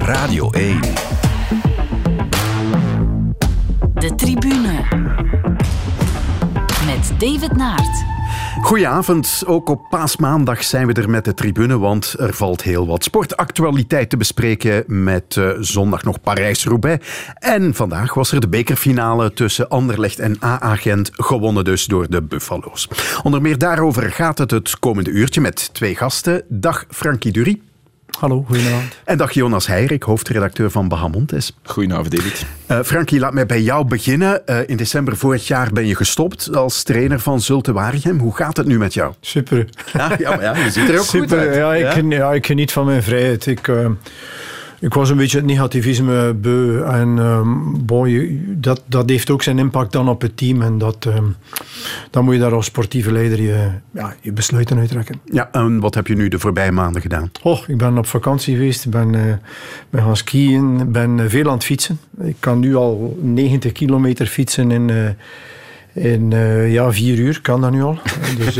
Radio 1. De Tribune. Met David Naert. Goedenavond, ook op Paasmaandag zijn we er met de Tribune, want er valt heel wat sportactualiteit te bespreken met zondag nog Parijs-Roubaix. En vandaag was er de bekerfinale tussen Anderlecht en AA Gent, gewonnen dus door de Buffalo's. Onder meer daarover gaat het komende uurtje met twee gasten. Dag Frankie Dury. Hallo, goedenavond. En dag Jonas Heirik, hoofdredacteur van Bahamontes. Goedenavond, David. Frankie, laat mij bij jou beginnen. In december vorig jaar ben je gestopt als trainer van Zulte Waregem. Hoe gaat het nu met jou? Super. Ja, je ziet er ook super, goed uit. Ik geniet van mijn vrijheid. Ik was een beetje het negativisme beu. En dat heeft ook zijn impact dan op het team. En dan moet je daar als sportieve leider je besluiten uittrekken. Ja, en wat heb je nu de voorbije maanden gedaan? Ik ben op vakantie geweest. Ben gaan skiën. Ben veel aan het fietsen. Ik kan nu al 90 kilometer fietsen in 4 uur kan dat nu al. Dus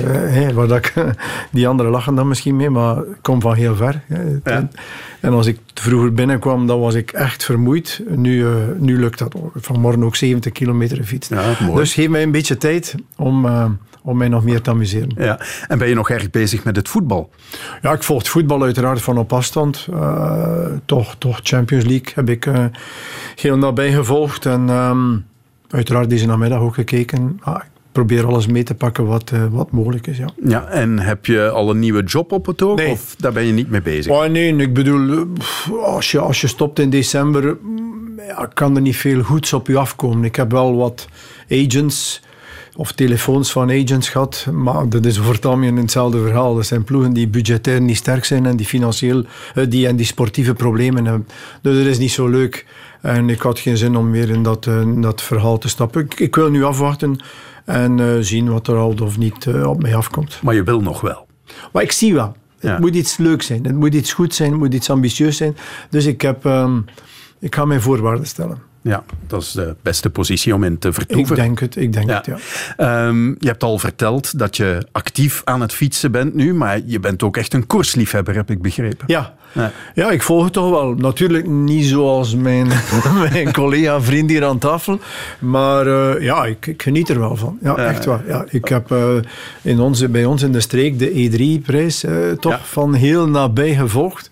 die anderen lachen dan misschien mee, maar ik kom van heel ver. Ja. En als ik vroeger binnenkwam, dan was ik echt vermoeid. Nu lukt dat. Vanmorgen ook 70 kilometer gefietst. Ja, dus geef mij een beetje tijd om mij nog meer te amuseren. Ja. En ben je nog erg bezig met het voetbal? Ja, ik volg het voetbal uiteraard van op afstand. Toch Champions League heb ik heel nabij gevolgd. En uiteraard deze namiddag ook gekeken. Ik probeer alles mee te pakken wat mogelijk is. Ja. Ja, en heb je al een nieuwe job op het oog? Nee. Of daar ben je niet mee bezig? Nee, ik bedoel, als je stopt in december, kan er niet veel goeds op je afkomen. Ik heb wel wat agents of telefoons van agents gehad, maar dat is over het algemeen hetzelfde verhaal. Dat zijn ploegen die budgetair niet sterk zijn en die financieel die sportieve problemen hebben. Dus dat is niet zo leuk. En ik had geen zin om meer in dat verhaal te stappen. Ik wil nu afwachten en zien wat er al of niet op mij afkomt. Maar je wil nog wel? Maar ik zie wel. Ja. Het moet iets leuk zijn. Het moet iets goed zijn. Het moet iets ambitieus zijn. Dus ik ga mijn voorwaarden stellen. Ja, dat is de beste positie om in te vertoeven. Ik denk het. Je hebt al verteld dat je actief aan het fietsen bent nu, maar je bent ook echt een koersliefhebber, heb ik begrepen. Ja, ik volg het toch wel. Natuurlijk niet zoals mijn collega-vriend hier aan tafel, maar ik geniet er wel van. Ja, echt waar. Ja, ik heb bij ons in de streek de E3-prijs van heel nabij gevolgd.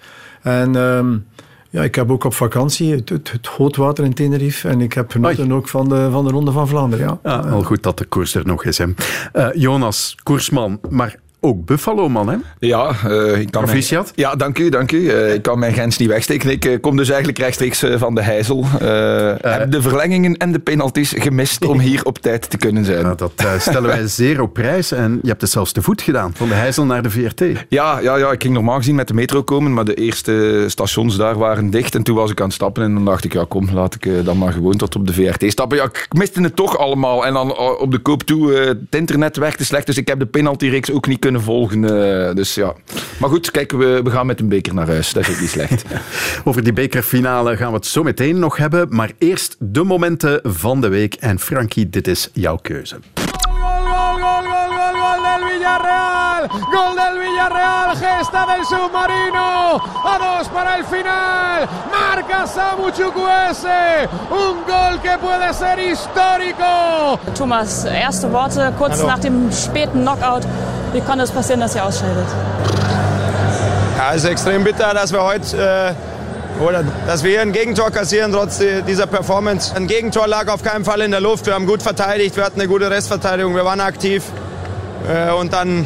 En ik heb ook op vakantie het Gootwater in Tenerife en ik heb genoten ook van de Ronde van Vlaanderen. Ja. Al goed dat de koers er nog is. Hè. Jonas, koersman, maar ook Buffalo-man, hè? Ja, ik kan proficiat. Dank u. Ik kan mijn grens niet wegsteken. Ik kom dus eigenlijk rechtstreeks van de Heijzel. Heb de verlengingen en de penalties gemist om hier op tijd te kunnen zijn. Nou, dat stellen wij zeer op prijs. En je hebt het zelfs te voet gedaan, van de Heijzel naar de VRT. Ja, ik ging normaal gezien met de metro komen, maar de eerste stations daar waren dicht. En toen was ik aan het stappen en dan dacht ik, laat ik dan maar gewoon tot op de VRT stappen. Ja, ik miste het toch allemaal. En dan op de koop toe, het internet werkte slecht, dus ik heb de penaltyreeks ook niet kunnen volgen. Dus ja. Maar goed, kijk, we gaan met een beker naar huis. Dat is ook niet slecht. Over die bekerfinale gaan we het zo meteen nog hebben. Maar eerst de momenten van de week. En Frankie, dit is jouw keuze. Gol del Villarreal, gesta del submarino, a 2 para el final, marca Samu Chukwueze, un gol que puede ser histórico. Thomas, erste Worte kurz nach dem späten Knockout, wie konnte es passieren, dass er ausscheidet? Ja, es ist extrem bitter, dass wir heute dass wir hier ein Gegentor kassieren, trotz dieser Performance. Ein Gegentor lag auf keinen Fall in der Luft, wir haben gut verteidigt, wir hatten eine gute Restverteidigung, wir waren aktiv und dann.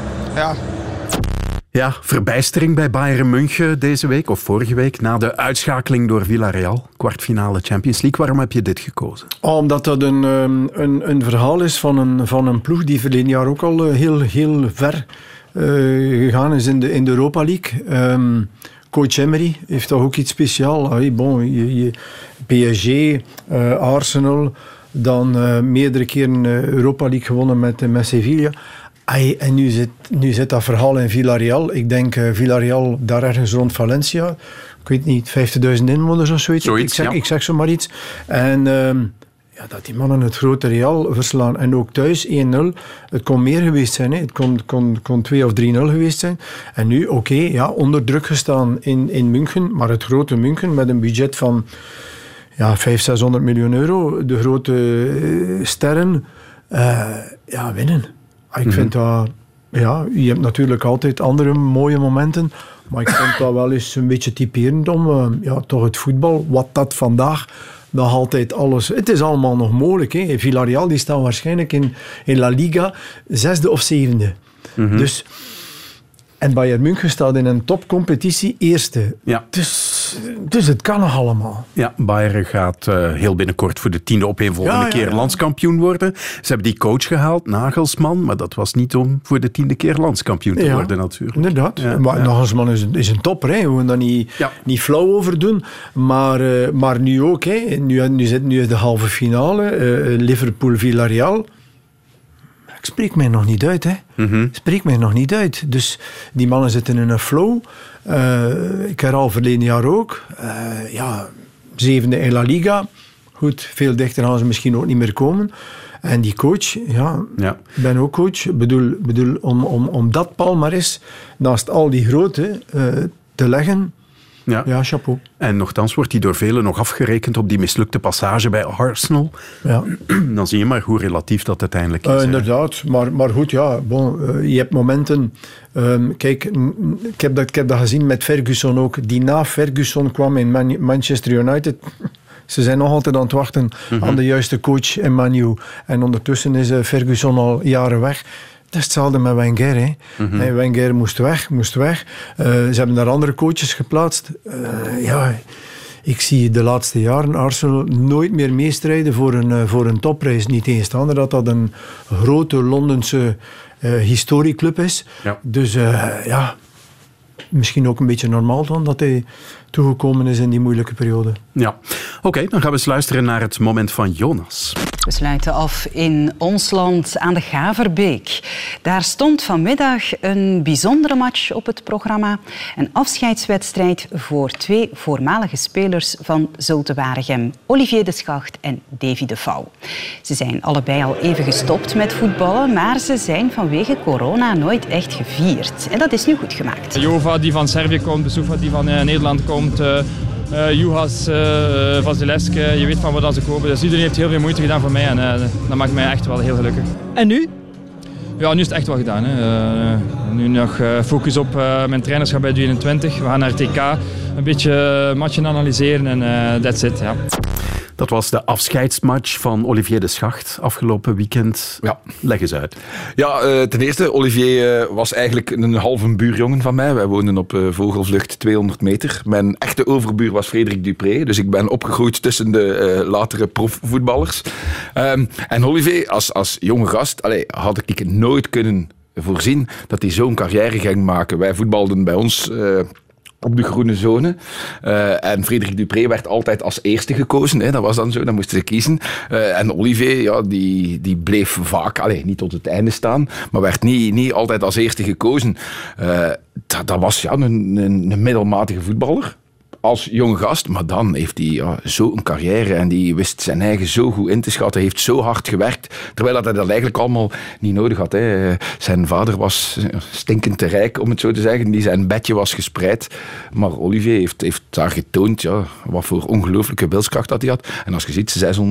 Ja, verbijstering bij Bayern München deze week, of vorige week, na de uitschakeling door Villarreal, kwartfinale Champions League. Waarom heb je dit gekozen? Omdat dat een verhaal is van een ploeg die verleden jaar ook al heel ver gegaan is in de Europa League. Coach Emery heeft toch ook iets speciaals. PSG, Arsenal, dan meerdere keren Europa League gewonnen met Sevilla. En nu zit dat verhaal in Villarreal. Ik denk Villarreal daar ergens rond Valencia. Ik weet niet, 50.000 inwoners of zoiets. Ik zeg zo maar iets. En Ja, dat die mannen het grote Real verslaan. En ook thuis 1-0. Het kon meer geweest zijn. Hè. Het kon 2 of 3-0 geweest zijn. En nu, onder druk gestaan in München. Maar het grote München met een budget van 500-600 miljoen euro. De grote sterren. Winnen. Ik vind dat... Ja, je hebt natuurlijk altijd andere mooie momenten. Maar ik vind dat wel eens een beetje typerend om toch het voetbal, wat dat vandaag nog altijd alles... Het is allemaal nog mogelijk. Hè. Villarreal die staan waarschijnlijk in La Liga 6e of 7e. Mm-hmm. En Bayern München staat in een topcompetitie 1e. Ja. Dus het kan nog allemaal. Ja, Bayern gaat heel binnenkort voor de 10e opeenvolgende keer landskampioen worden. Ze hebben die coach gehaald, Nagelsman, maar dat was niet om voor de 10e keer landskampioen te worden natuurlijk. Inderdaad. Ja, maar Nagelsman is een topper, hè. We moeten daar niet flauw over doen. Maar nu ook, hè. Nu is de halve finale, Liverpool-Villarreal. Spreek mij nog niet uit, hè. Mm-hmm. Spreek mij nog niet uit. Dus die mannen zitten in een flow. Ik herhaal verleden jaar ook. 7e in La Liga. Goed, veel dichter gaan ze misschien ook niet meer komen. En die coach, ik ben ook coach. Ik bedoel om dat palmares naast al die grote te leggen. Ja, chapeau. En nochtans wordt hij door velen nog afgerekend op die mislukte passage bij Arsenal. Ja. Dan zie je maar hoe relatief dat uiteindelijk is. Inderdaad, maar goed, je hebt momenten... Kijk, ik heb dat gezien met Ferguson ook. Die na Ferguson kwam in Manchester United... Ze zijn nog altijd aan het wachten aan de juiste coach in Man U. En ondertussen is Ferguson al jaren weg. Dat is hetzelfde met Wenger. Hè. Mm-hmm. Wenger moest weg. Ze hebben daar andere coaches geplaatst. Ik zie de laatste jaren Arsenal nooit meer meestrijden voor een topprijs. Niet tegenstaande dat een grote Londense historieclub is. Ja. Dus misschien ook een beetje normaal dan dat hij toegekomen is in die moeilijke periode. Ja, oké, dan gaan we eens luisteren naar het moment van Jonas. We sluiten af in ons land aan de Gaverbeek. Daar stond vanmiddag een bijzondere match op het programma. Een afscheidswedstrijd voor 2 voormalige spelers van Zulte Waregem. Olivier de Schacht en Davy de Vouw. Ze zijn allebei al even gestopt met voetballen, maar ze zijn vanwege corona nooit echt gevierd. En dat is nu goed gemaakt. Jova die van Servië komt, Besufa die van Nederland komt... Juhas, Vasilevski, je weet van wat ze kopen. Dus iedereen heeft heel veel moeite gedaan voor mij en dat maakt mij echt wel heel gelukkig. En nu? Ja, nu is het echt wel gedaan. Hè. Nu nog focus op mijn trainerschap bij de 21. We gaan naar het TK, een beetje matchen analyseren en that's it. Ja. Dat was de afscheidsmatch van Olivier de Schacht afgelopen weekend. Ja. Leg eens uit. Ja, ten eerste, Olivier was eigenlijk een halve buurjongen van mij. Wij woonden op vogelvlucht 200 meter. Mijn echte overbuur was Frederik Dupré. Dus ik ben opgegroeid tussen de latere profvoetballers. En Olivier, als jonge gast, had ik nooit kunnen voorzien dat hij zo'n carrière ging maken. Wij voetbalden bij ons... op de groene zone. En Frederik Dupré werd altijd als eerste gekozen. Hè. Dat was dan zo, dan moesten ze kiezen. En Olivier, die bleef vaak, niet tot het einde staan, maar werd niet altijd als eerste gekozen. Dat was een middelmatige voetballer. Als jonge gast, maar dan heeft hij zo'n carrière en die wist zijn eigen zo goed in te schatten, heeft zo hard gewerkt, terwijl hij dat eigenlijk allemaal niet nodig had. Hè. Zijn vader was stinkend te rijk, om het zo te zeggen, die zijn bedje was gespreid, maar Olivier heeft daar getoond wat voor ongelooflijke wilskracht dat hij had. En als je ziet,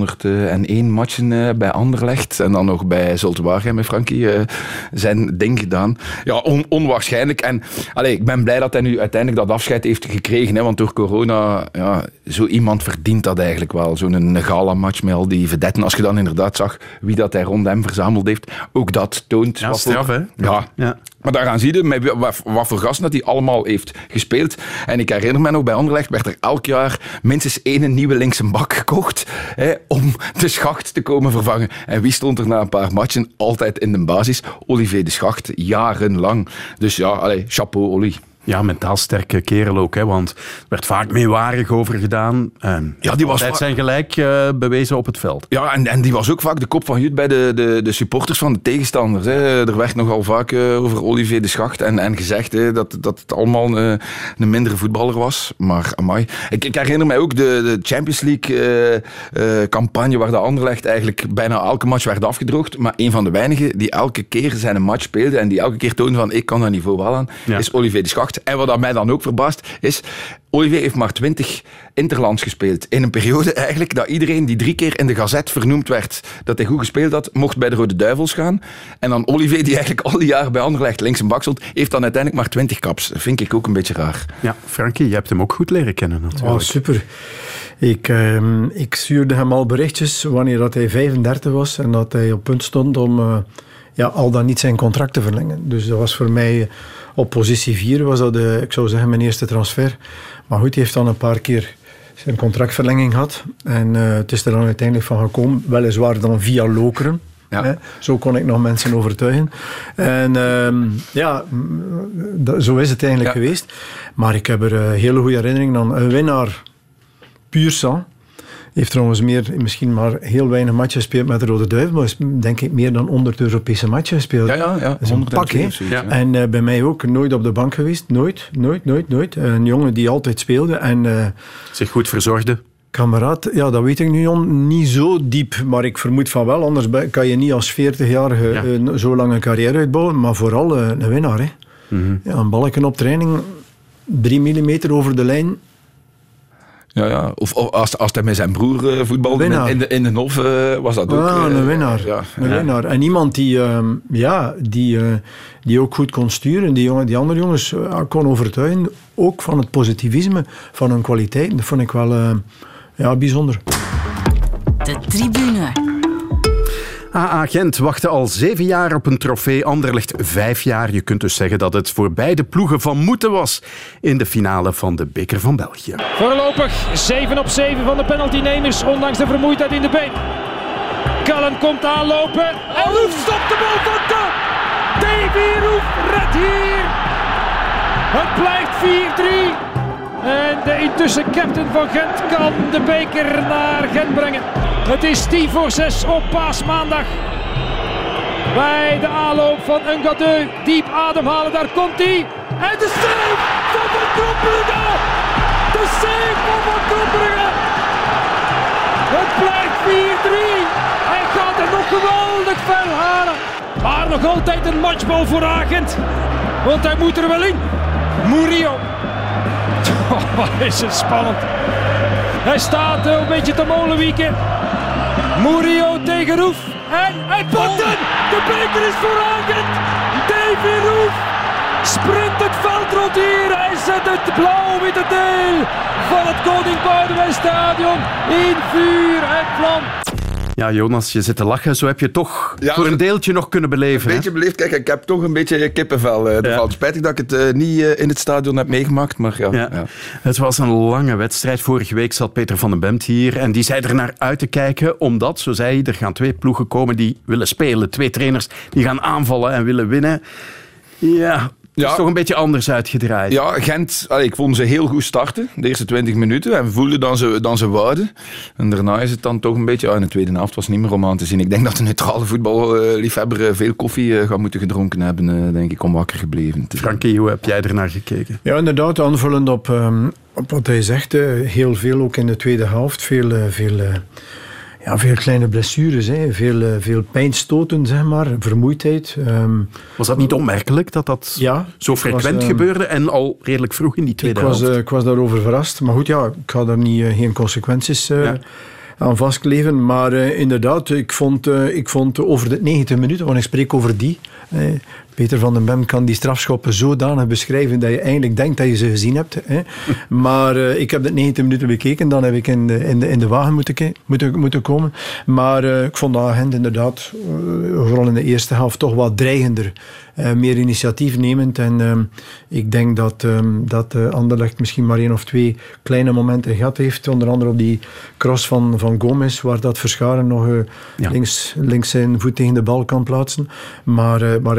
601 matchen bij Anderlecht en dan nog bij Zulte Waregem met Frankie zijn ding gedaan. Ja, onwaarschijnlijk. En ik ben blij dat hij nu uiteindelijk dat afscheid heeft gekregen, hè, want door corona, zo iemand verdient dat eigenlijk wel. Zo'n gala-match met al die vedetten. Als je dan inderdaad zag wie dat hij rond hem verzameld heeft, ook dat toont... Ja, straf, hè? Ja. Maar daaraan zie je met wat voor gasten dat hij allemaal heeft gespeeld. En ik herinner me nog, bij Anderlecht werd er elk jaar minstens 1 nieuwe linkse bak gekocht, om de Schacht te komen vervangen. En wie stond er na een paar matchen altijd in de basis? Olivier de Schacht, jarenlang. Dus chapeau, Oli. Ja, mentaal sterke kerel ook, hè, want er werd vaak meewarig over gedaan. Ja, die was altijd zijn gelijk bewezen op het veld. Ja, en die was ook vaak de kop van Jut bij de supporters van de tegenstanders. Hè. Er werd nogal vaak over Olivier de Schacht en gezegd dat het allemaal een mindere voetballer was. Maar amai. Ik herinner mij ook de Champions League campagne waar de Anderlecht eigenlijk bijna elke match werd afgedroogd. Maar een van de weinigen die elke keer zijn match speelde en die elke keer toonde van ik kan dat niveau wel aan, is Olivier de Schacht. En wat mij dan ook verbaast is, Olivier heeft maar 20 interlands gespeeld. In een periode eigenlijk dat iedereen die 3 keer in de Gazette vernoemd werd dat hij goed gespeeld had, mocht bij de Rode Duivels gaan. En dan Olivier, die eigenlijk al die jaren bij Anderlecht links en bak stond, heeft dan uiteindelijk maar 20 caps. Dat vind ik ook een beetje raar. Ja, Frankie, je hebt hem ook goed leren kennen natuurlijk. Oh, super. Ik stuurde hem al berichtjes wanneer dat hij 35 was en dat hij op punt stond om al dan niet zijn contract te verlengen. Dus dat was voor mij op positie 4 was dat, ik zou zeggen, mijn eerste transfer. Maar goed, hij heeft dan een paar keer zijn contractverlenging gehad. En het is er dan uiteindelijk van gekomen, weliswaar dan via Lokeren. Ja. Hè? Zo kon ik nog mensen overtuigen. En zo is het eigenlijk geweest. Maar ik heb er hele goede herinneringen aan. Een winnaar, puur sang. Heeft trouwens misschien maar heel weinig matchen gespeeld met de Rode Duivel, maar denk ik meer dan 100 Europese matchen gespeeld. Ja. Dat is een pak, hè. Ja. En bij mij ook nooit op de bank geweest. Nooit. Een jongen die altijd speelde. En zich goed verzorgde. Kameraad, ja, dat weet ik nu niet zo diep, maar ik vermoed van wel. Anders kan je niet als 40-jarige zo lang een carrière uitbouwen, maar vooral een winnaar. Hè. Mm-hmm. Ja, een balken op training, 3 millimeter over de lijn. Ja. Of als hij met zijn broer voetbalde in de Hof, was dat ook... een winnaar. Een winnaar. En iemand die ook goed kon sturen. Die andere jongens kon overtuigen. Ook van het positivisme, van hun kwaliteit. Dat vond ik wel bijzonder. De tribune. AA Gent wachtte al 7 jaar op een trofee, Anderlecht 5 jaar. Je kunt dus zeggen dat het voor beide ploegen van moeten was in de finale van de Beker van België. Voorlopig 7-op-7 van de penaltynemers, ondanks de vermoeidheid in de been. Cullen komt aanlopen en Roef stopt de bal van top. Davy Roef redt hier. Het blijft 4-3. En de intussen captain van Gent kan de beker naar Gent brengen. Het is 5:50 op Paasmaandag. Bij de aanloop van Ngadeu. Diep ademhalen, daar komt hij. En de save van Van Krombrugge. De save van Van Krombrugge. Het blijft 4-3. Hij gaat er nog geweldig ver halen. Maar nog altijd een matchbal voor Agent. Want hij moet er wel in. Murillo. Oh, wat is het spannend. Hij staat een beetje te molenwieken. Murillo tegen Roef. En hij pakt hem. De beker is voor Agent. Davy Roef sprint het veld rond hier. Hij zet het blauw-witte deel van het Koning Boudewijn Stadion in vuur en vlam. Ja, Jonas, je zit te lachen. Zo heb je toch voor een deeltje nog kunnen beleven. Een beetje beleefd. Kijk, ik heb toch een beetje kippenvel. Het spijtig dat ik het niet in het stadion heb meegemaakt, maar ja. Het was een lange wedstrijd. Vorige week zat Peter van den Bemt hier en die zei er naar uit te kijken, omdat, zo zei hij, er gaan 2 ploegen komen die willen spelen. 2 trainers die gaan aanvallen en willen winnen. Ja... Het is toch een beetje anders uitgedraaid. Ja, Gent, ik vond ze heel goed starten, de eerste 20 minuten. En voelde dan ze wouden. En daarna is het dan toch een beetje... in de tweede helft was het niet meer om aan te zien. Ik denk dat de neutrale voetballiefhebber veel koffie gaat moeten gedronken hebben, denk ik, om wakker gebleven te zijn. Frankie, hoe heb jij ernaar gekeken? Ja, inderdaad, aanvullend op wat hij zegt. Heel veel ook in de tweede helft. Veel kleine blessures, veel pijnstoten, zeg maar, vermoeidheid. Was dat niet onmerkelijk dat zo frequent gebeurde en al redelijk vroeg in die tweede helft? Ik was daarover verrast. Maar goed, ik ga daar geen consequenties aan vastkleven. Maar inderdaad, ik vond over de 90 minuten, want ik spreek over die... Peter van den Bemt kan die strafschoppen zodanig beschrijven dat je eigenlijk denkt dat je ze gezien hebt. Hè. Maar ik heb de 90 minuten bekeken, dan heb ik in de wagen moeten komen. Maar ik vond Agent inderdaad, vooral in de eerste helft, toch wat dreigender. Meer initiatiefnemend. En ik denk dat Anderlecht misschien maar 1 of 2 kleine momenten gehad heeft. Onder andere op die cross van Gomez, waar dat Verscharen nog links zijn voet tegen de bal kan plaatsen. Maar eigenlijk is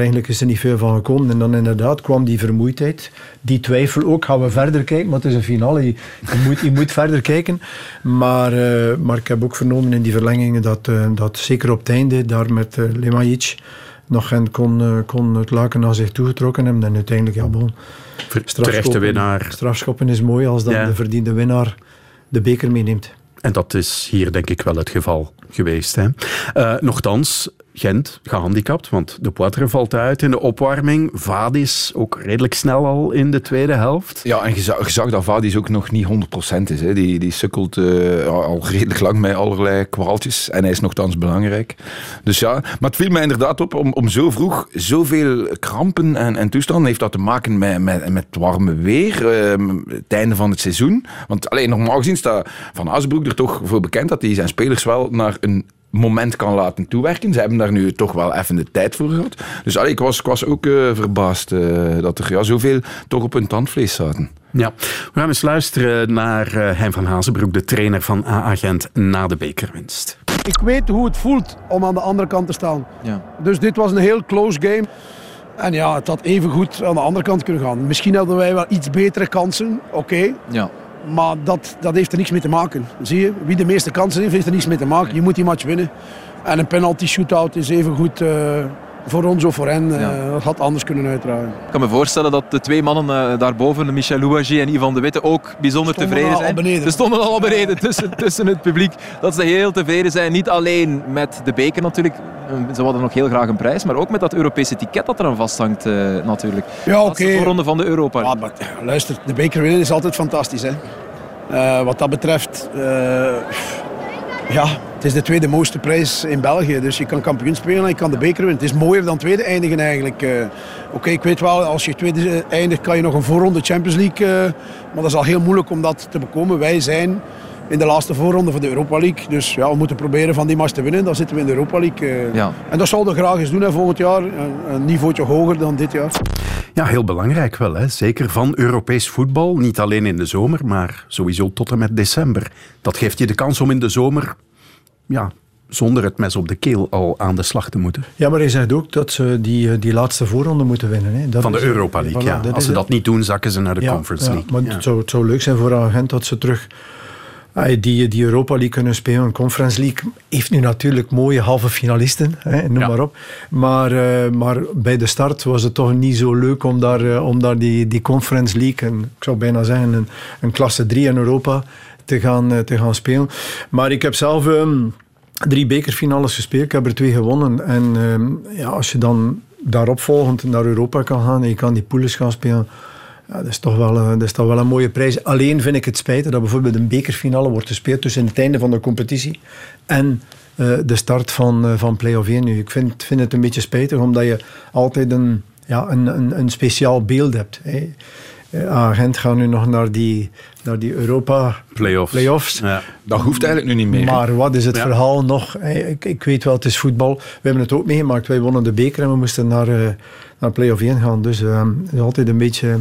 er niet veel van gekomen. En dan inderdaad kwam die vermoeidheid, die twijfel ook. Gaan we verder kijken? Maar het is een finale, je moet verder kijken. Maar ik heb ook vernomen in die verlengingen dat zeker op het einde, daar met Lemajic, nog Gent kon het laken naar zich toegetrokken hebben. En uiteindelijk, terechte winnaar. Strafschoppen is mooi als dan de verdiende winnaar de beker meeneemt. En dat is hier denk ik wel het geval geweest. Hè? Nochtans, Gent gehandicapt, want de Poitre valt uit in de opwarming. Vadis ook redelijk snel al in de tweede helft. Ja, en je zag dat Vadis ook nog niet 100% is. Hè. Die sukkelt al redelijk lang met allerlei kwaaltjes. En hij is nogthans belangrijk. Dus ja, maar het viel mij inderdaad op om zo vroeg zoveel krampen en toestanden. Heeft dat te maken met het warme weer, het einde van het seizoen. Want normaal gezien staat Van Azenbroek er toch voor bekend dat hij zijn spelers wel naar een moment kan laten toewerken. Ze hebben daar nu toch wel even de tijd voor gehad. Dus ik was ook verbaasd dat er zoveel toch op hun tandvlees zaten. Ja, we gaan eens luisteren naar Hein van Azenbroek, de trainer van AA Gent, na de bekerwinst. Ik weet hoe het voelt om aan de andere kant te staan. Ja. Dus dit was een heel close game. En ja, het had even goed aan de andere kant kunnen gaan. Misschien hadden wij wel iets betere kansen, oké. Ja. Maar dat heeft er niks mee te maken. Zie je? Wie de meeste kansen heeft er niks mee te maken. Je moet die match winnen. En een penalty shootout is even goed voor ons of voor hen. Dat had anders kunnen uitdragen. Ik kan me voorstellen dat de twee mannen daarboven, Michel Louwagie en Yvan de Witte, ook bijzonder tevreden zijn. Ze stonden al beneden tussen het publiek. Dat ze heel tevreden zijn. Niet alleen met de beker natuurlijk. Ze hadden nog heel graag een prijs, maar ook met dat Europese ticket dat er aan vasthangt natuurlijk. Ja, oké. Dat is de voorronde van de Europa League. Maar, luister, de beker winnen is altijd fantastisch. Hè? Wat dat betreft, het is de tweede mooiste prijs in België. Dus je kan kampioen spelen en je kan de beker winnen. Het is mooier dan tweede eindigen eigenlijk. Oké, ik weet wel, als je tweede eindigt kan je nog een voorronde Champions League. Maar dat is al heel moeilijk om dat te bekomen. Wij zijn in de laatste voorronde van de Europa League. Dus ja, we moeten proberen van die match te winnen. Dan zitten we in de Europa League. En dat zouden we graag eens doen volgend jaar. Een niveautje hoger dan dit jaar. Ja, heel belangrijk wel. Hè? Zeker van Europees voetbal. Niet alleen in de zomer, maar sowieso tot en met december. Dat geeft je de kans om in de zomer, zonder het mes op de keel, al aan de slag te moeten. Ja, maar hij zegt ook dat ze die laatste voorronde moeten winnen. Hè. Dat van de Europa League, Als ze dat niet doen, zakken ze naar de Conference League. Maar het zou leuk zijn voor Agent dat ze terug die Europa League kunnen spelen. Conference League heeft nu natuurlijk mooie halve finalisten, noem maar op. Maar bij de start was het toch niet zo leuk om daar die Conference League, en ik zou bijna zeggen een klasse 3 in Europa, te gaan spelen. Maar ik heb zelf 3 bekerfinales gespeeld. Ik heb er 2 gewonnen. En als je dan daaropvolgend naar Europa kan gaan en je kan die poules gaan spelen, dat is toch wel een mooie prijs. Alleen vind ik het spijtig dat bijvoorbeeld een bekerfinale wordt gespeeld tussen het einde van de competitie en de start van play-off 1 nu. Ik vind het een beetje spijtig, omdat je altijd een speciaal beeld hebt. Gent gaat nu nog naar die Europa playoffs. Ja, dat hoeft eigenlijk nu niet meer. Maar wat is het verhaal nog? Ik weet wel, het is voetbal. We hebben het ook meegemaakt. Wij wonnen de beker en we moesten naar play-off 1 gaan. Dus het is altijd een beetje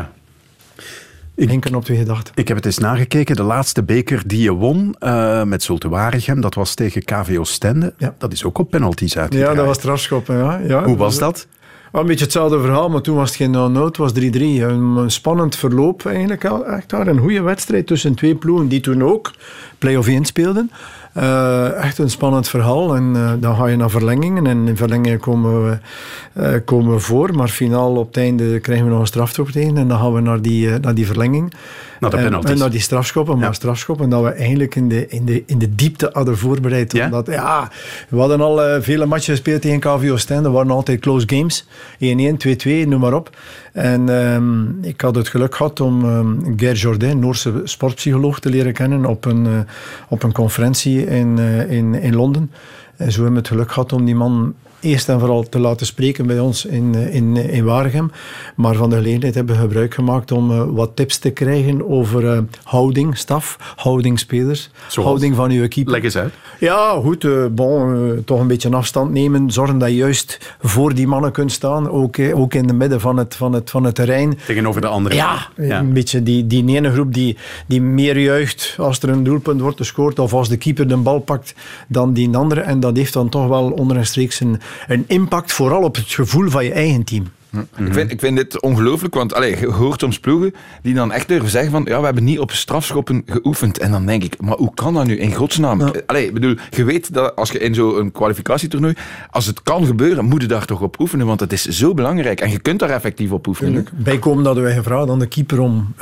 denken op 2 gedachten. Ik heb het eens nagekeken. De laatste beker die je won met Zulte Waregem, dat was tegen KV Oostende. Ja. Dat is ook op penalties uitgedraaid. Ja, dat was strafschoppen. Ja. Hoe was dat? Een beetje hetzelfde verhaal, maar toen was het geen 0-0, het was 3-3. Een spannend verloop eigenlijk. Echt daar een goede wedstrijd tussen 2 ploegen die toen ook play-off 1 speelden. Echt een spannend verhaal. En dan ga je naar verlengingen. En in verlengingen komen we voor. Maar finaal op het einde krijgen we nog een strafschop tegen. En dan gaan we naar die verlenging. Naar de penalties. En naar die strafschoppen. Maar strafschoppen dat we eigenlijk in de diepte hadden voorbereid. Ja? Omdat, we hadden al vele matchen gespeeld tegen KV Oostende. Er waren altijd close games. 1-1, 2-2, noem maar op. En ik had het geluk gehad om Ger Jourdain, Noorse sportpsycholoog, te leren kennen op een conferentie in Londen. En zo hebben we het geluk gehad om die man eerst en vooral te laten spreken bij ons in Waregem. Maar van de gelegenheid hebben we gebruik gemaakt om wat tips te krijgen over houding, staf, houding spelers, houding van uw keeper. Leg eens uit. Ja, goed. Toch een beetje afstand nemen. Zorgen dat je juist voor die mannen kunt staan. Ook in de midden van het terrein. Tegenover de andere. Ja. Een beetje die ene groep die meer juicht als er een doelpunt wordt gescoord of als de keeper de bal pakt dan die andere. En dat heeft dan toch wel onder een streek een impact vooral op het gevoel van je eigen team. Ik vind dit ongelooflijk, want je hoort soms ploegen die dan echt durven zeggen van, ja, we hebben niet op strafschoppen geoefend. En dan denk ik, maar hoe kan dat nu in godsnaam? Ja. Je weet dat als je in zo'n kwalificatietoernooi, als het kan gebeuren, moet je daar toch op oefenen, want het is zo belangrijk. En je kunt daar effectief op oefenen. Bijkomend hadden wij gevraagd aan de keeper om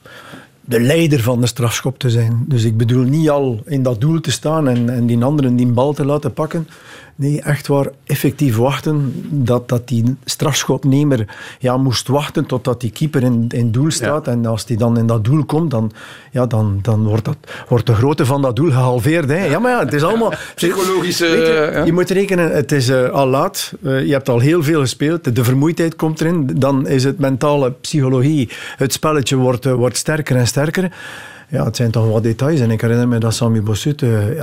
de leider van de strafschop te zijn. Dus ik bedoel niet al in dat doel te staan en die anderen die bal te laten pakken. Nee, echt waar, effectief wachten dat die strafschopnemer moest wachten totdat die keeper in doel staat. Ja. En als die dan in dat doel komt, dan wordt de grootte van dat doel gehalveerd. Hè. Ja, maar het is allemaal... Psychologische... Je moet rekenen, het is al laat. Je hebt al heel veel gespeeld. De vermoeidheid komt erin. Dan is het mentale psychologie. Het spelletje wordt sterker en sterker. Ja, het zijn toch wat details. En ik herinner me dat Sami Bossut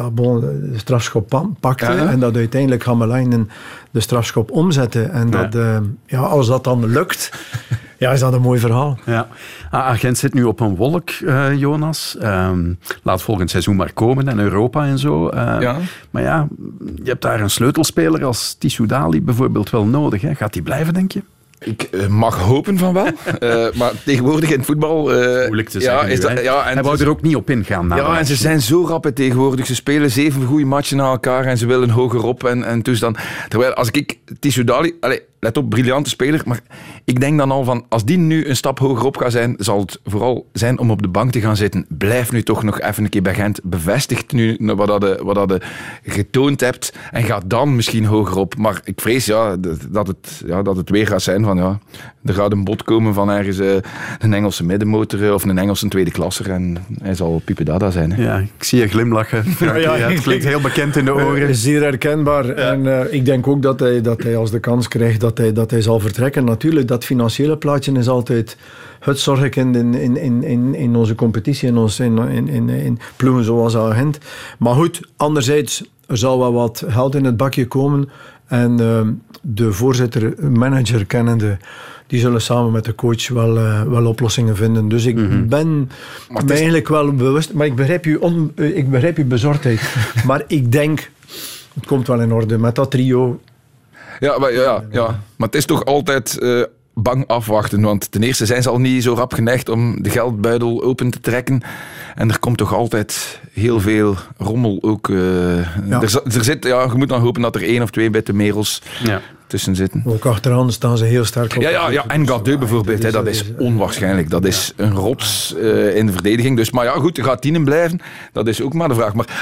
de strafschop pakte. Ja. En dat uiteindelijk Hamelainen de strafschop omzette. En als dat dan lukt, is dat een mooi verhaal. Ja. Agent zit nu op een wolk, Jonas. Laat volgend seizoen maar komen en Europa en zo. Maar je hebt daar een sleutelspeler als Tissoudali bijvoorbeeld wel nodig. Hè? Gaat die blijven, denk je? Ik mag hopen van wel, maar tegenwoordig in het voetbal... moeilijk te zeggen hij wou er ook niet op ingaan. En ze zijn zo rap tegenwoordig. Ze spelen 7 goede matchen na elkaar en ze willen hoger op en toestand. Terwijl als ik Tissoudali... Let op, briljante speler, maar ik denk dan al van, als die nu een stap hoger op gaat zijn, zal het vooral zijn om op de bank te gaan zitten. Blijf nu toch nog even een keer bij Gent. Bevestig nu wat je getoond hebt en ga dan misschien hoger op. Maar ik vrees dat het weer gaat zijn van, er gaat een bod komen van ergens een Engelse middenmotor of een Engelse tweede klasser en hij zal Pipedada zijn. Hè. Ja, ik zie je glimlachen. Het klinkt heel bekend in de oren. Zeer herkenbaar. Ja. En ik denk ook dat hij als de kans krijgt dat hij zal vertrekken. Natuurlijk, dat financiële plaatje is altijd het zorgend in onze competitie, in ploegen zoals Agent. Maar goed, anderzijds, er zal wel wat geld in het bakje komen en de voorzitter-manager kennende, die zullen samen met de coach wel oplossingen vinden. Dus ik ben me eigenlijk wel bewust, maar ik begrijp uw bezorgdheid. Maar ik denk, het komt wel in orde met dat trio. Ja, maar het is toch altijd bang afwachten. Want ten eerste zijn ze al niet zo rap geneigd om de geldbuidel open te trekken. En er komt toch altijd heel veel rommel ook. Je moet dan hopen dat er 1 of 2 bij de merels tussen zitten. Ook achteraan staan ze heel sterk op. Ja, en Gadeu bijvoorbeeld, dat is onwaarschijnlijk. Dat is een rots in de verdediging. Dus, maar goed, gaat Tienen blijven? Dat is ook maar de vraag. Maar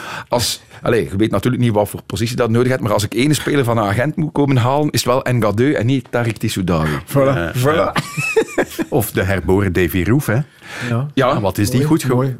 je weet natuurlijk niet wat voor positie dat nodig hebt, maar als ik ene speler van een Agent moet komen halen, is het wel Gadeu en niet Tariq Tissoudali. Voilà. Of de herboren Davy Roef, hè? Ja. Wat is die goed geworden?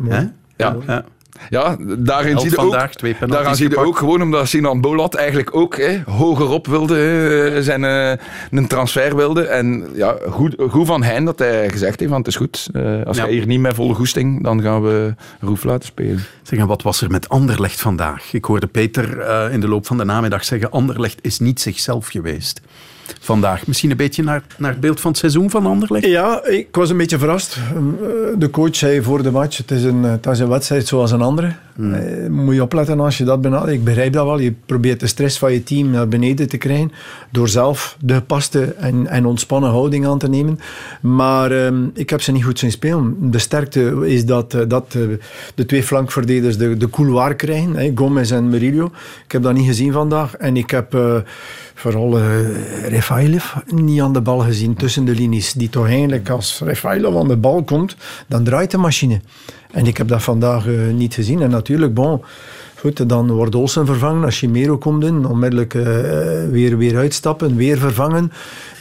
Ja, daarin zie je ook gewoon omdat Sinan Bolat eigenlijk ook hogerop wilde, een transfer wilde. En goed van Hein dat hij gezegd heeft, want het is goed. Als jij hier niet met volle goesting, dan gaan we Roef laten spelen. Zeg, en wat was er met Anderlecht vandaag? Ik hoorde Peter in de loop van de namiddag zeggen, Anderlecht is niet zichzelf geweest. Vandaag. Misschien een beetje naar het beeld van het seizoen van Anderlecht? Ja, ik was een beetje verrast. De coach zei voor de match, het is een wedstrijd zoals een andere. Moet je opletten als je dat benadert. Ik begrijp dat wel. Je probeert de stress van je team naar beneden te krijgen door zelf de gepaste en ontspannen houding aan te nemen. Maar ik heb ze niet goed zien spelen. De sterkte is dat de 2 flankverdedigers de couloir krijgen. Gomez en Murillo. Ik heb dat niet gezien vandaag. En ik heb... vooral Refailov niet aan de bal gezien tussen de linies. Die toch eigenlijk, als Refailov aan de bal komt, dan draait de machine. En ik heb dat vandaag niet gezien. En natuurlijk, goed, dan wordt Olsen vervangen. Als Chimero komt in, onmiddellijk weer uitstappen, weer vervangen.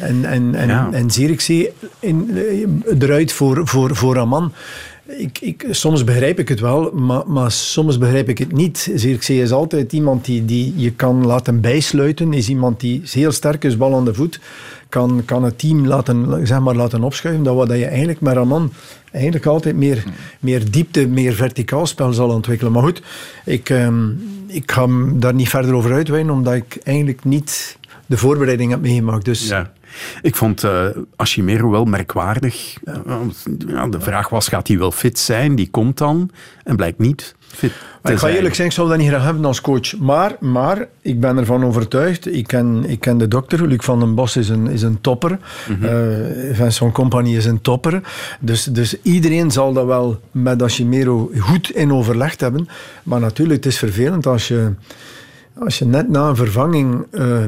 En Zirkzee eruit voor Amman. Soms begrijp ik het wel, maar soms begrijp ik het niet. Zirkzee is altijd iemand die je kan laten bijsluiten. Is iemand die heel sterk is, bal aan de voet. Kan het team laten opschuiven. Dat wat je eigenlijk met Raman eigenlijk altijd meer diepte, meer verticaal spel zal ontwikkelen. Maar goed, ik ga daar niet verder over uitweiden, omdat ik eigenlijk niet de voorbereiding heb meegemaakt. Dus. Ja. Ik vond Achimero wel merkwaardig. De vraag was, gaat hij wel fit zijn? Die komt dan en blijkt niet fit. Ik ga eerlijk zijn, ik zou dat niet graag hebben als coach. Maar ik ben ervan overtuigd. Ik ken de dokter. Luc van den Bos is een topper. Vincent Company is een topper. Dus iedereen zal dat wel met Achimero goed in overlegd hebben. Maar natuurlijk, het is vervelend als je net na een vervanging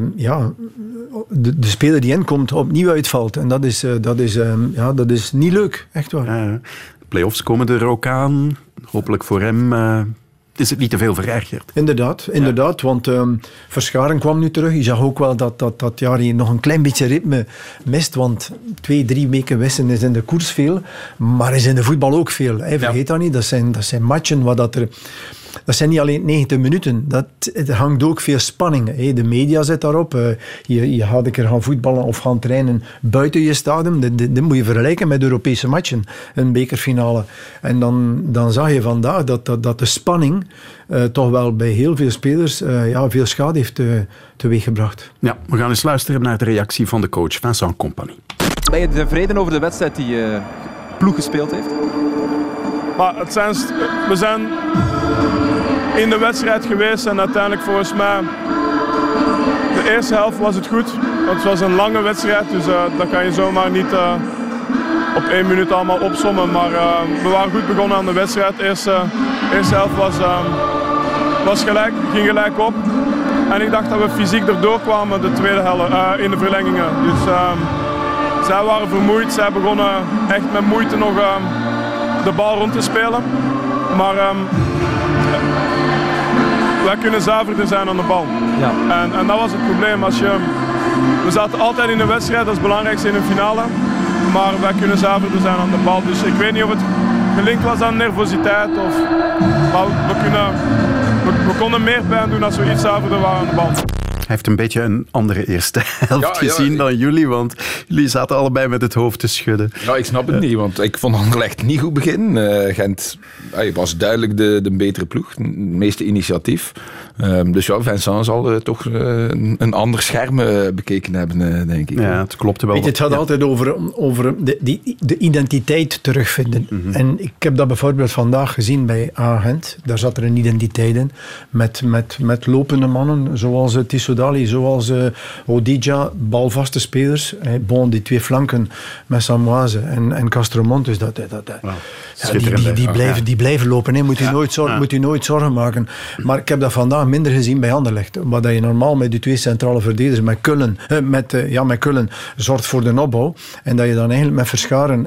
de speler die inkomt opnieuw uitvalt. En dat is niet leuk. Echt waar. Play-offs komen er ook aan. Hopelijk voor hem is het niet te veel verergerd. Inderdaad, want Verscharen kwam nu terug. Je zag ook wel dat jaar hij nog een klein beetje ritme mist, want 2-3 weken wisselen is in de koers veel, maar is in de voetbal ook veel. Vergeet dat niet, dat zijn matchen waar dat er... Dat zijn niet alleen 90 minuten. Het hangt ook veel spanning. De media zit daarop. Je gaat een keer gaan voetballen of gaan trainen buiten je stadion. Dat moet je vergelijken met Europese matchen. Een bekerfinale. En dan zag je vandaag dat de spanning toch wel bij heel veel spelers veel schade heeft teweeggebracht. Ja, we gaan eens luisteren naar de reactie van de coach Vincent Company. Ben je tevreden over de wedstrijd die ploeg gespeeld heeft? Maar we zijn in de wedstrijd geweest en uiteindelijk volgens mij de eerste helft was het goed. Het was een lange wedstrijd, dus dat kan je zomaar niet op 1 minuut allemaal opsommen. Maar we waren goed begonnen aan de wedstrijd. De eerste helft was gelijk, ging gelijk op. En ik dacht dat we fysiek erdoor kwamen de tweede helft in de verlengingen. Dus zij waren vermoeid, zij begonnen echt met moeite nog de bal rond te spelen. Maar wij kunnen zuiverder zijn aan de bal. Ja. En dat was het probleem. We zaten altijd in de wedstrijd, dat is het belangrijkste in een finale. Maar wij kunnen zuiverder zijn aan de bal. Dus ik weet niet of het gelinkt was aan nervositeit. Maar we konden meer pijn doen als we iets zuiverder waren aan de bal. Hij heeft een beetje een andere eerste helft gezien dan jullie, want jullie zaten allebei met het hoofd te schudden. Ja, ik snap het niet, want ik vond Anderlecht niet goed beginnen. Gent was duidelijk de betere ploeg, het meeste initiatief. Dus ja, Vincent zal toch een ander scherm bekeken hebben, denk ik. Ja, het klopte wel. Het gaat altijd over de identiteit terugvinden. Mm-hmm. En ik heb dat bijvoorbeeld vandaag gezien bij Gent. Daar zat er een identiteit in, met lopende mannen, zoals Tissot Dali, zoals Odija, balvaste spelers. Die 2 flanken met Samoise en Castromontes. Die blijven lopen. Hè. Moet u nooit zorgen maken. Maar ik heb dat vandaag minder gezien bij Anderlecht. Wat je normaal met die 2 centrale verdedigers, met Kullen, zorgt voor de opbouw. En dat je dan eigenlijk met Verscharen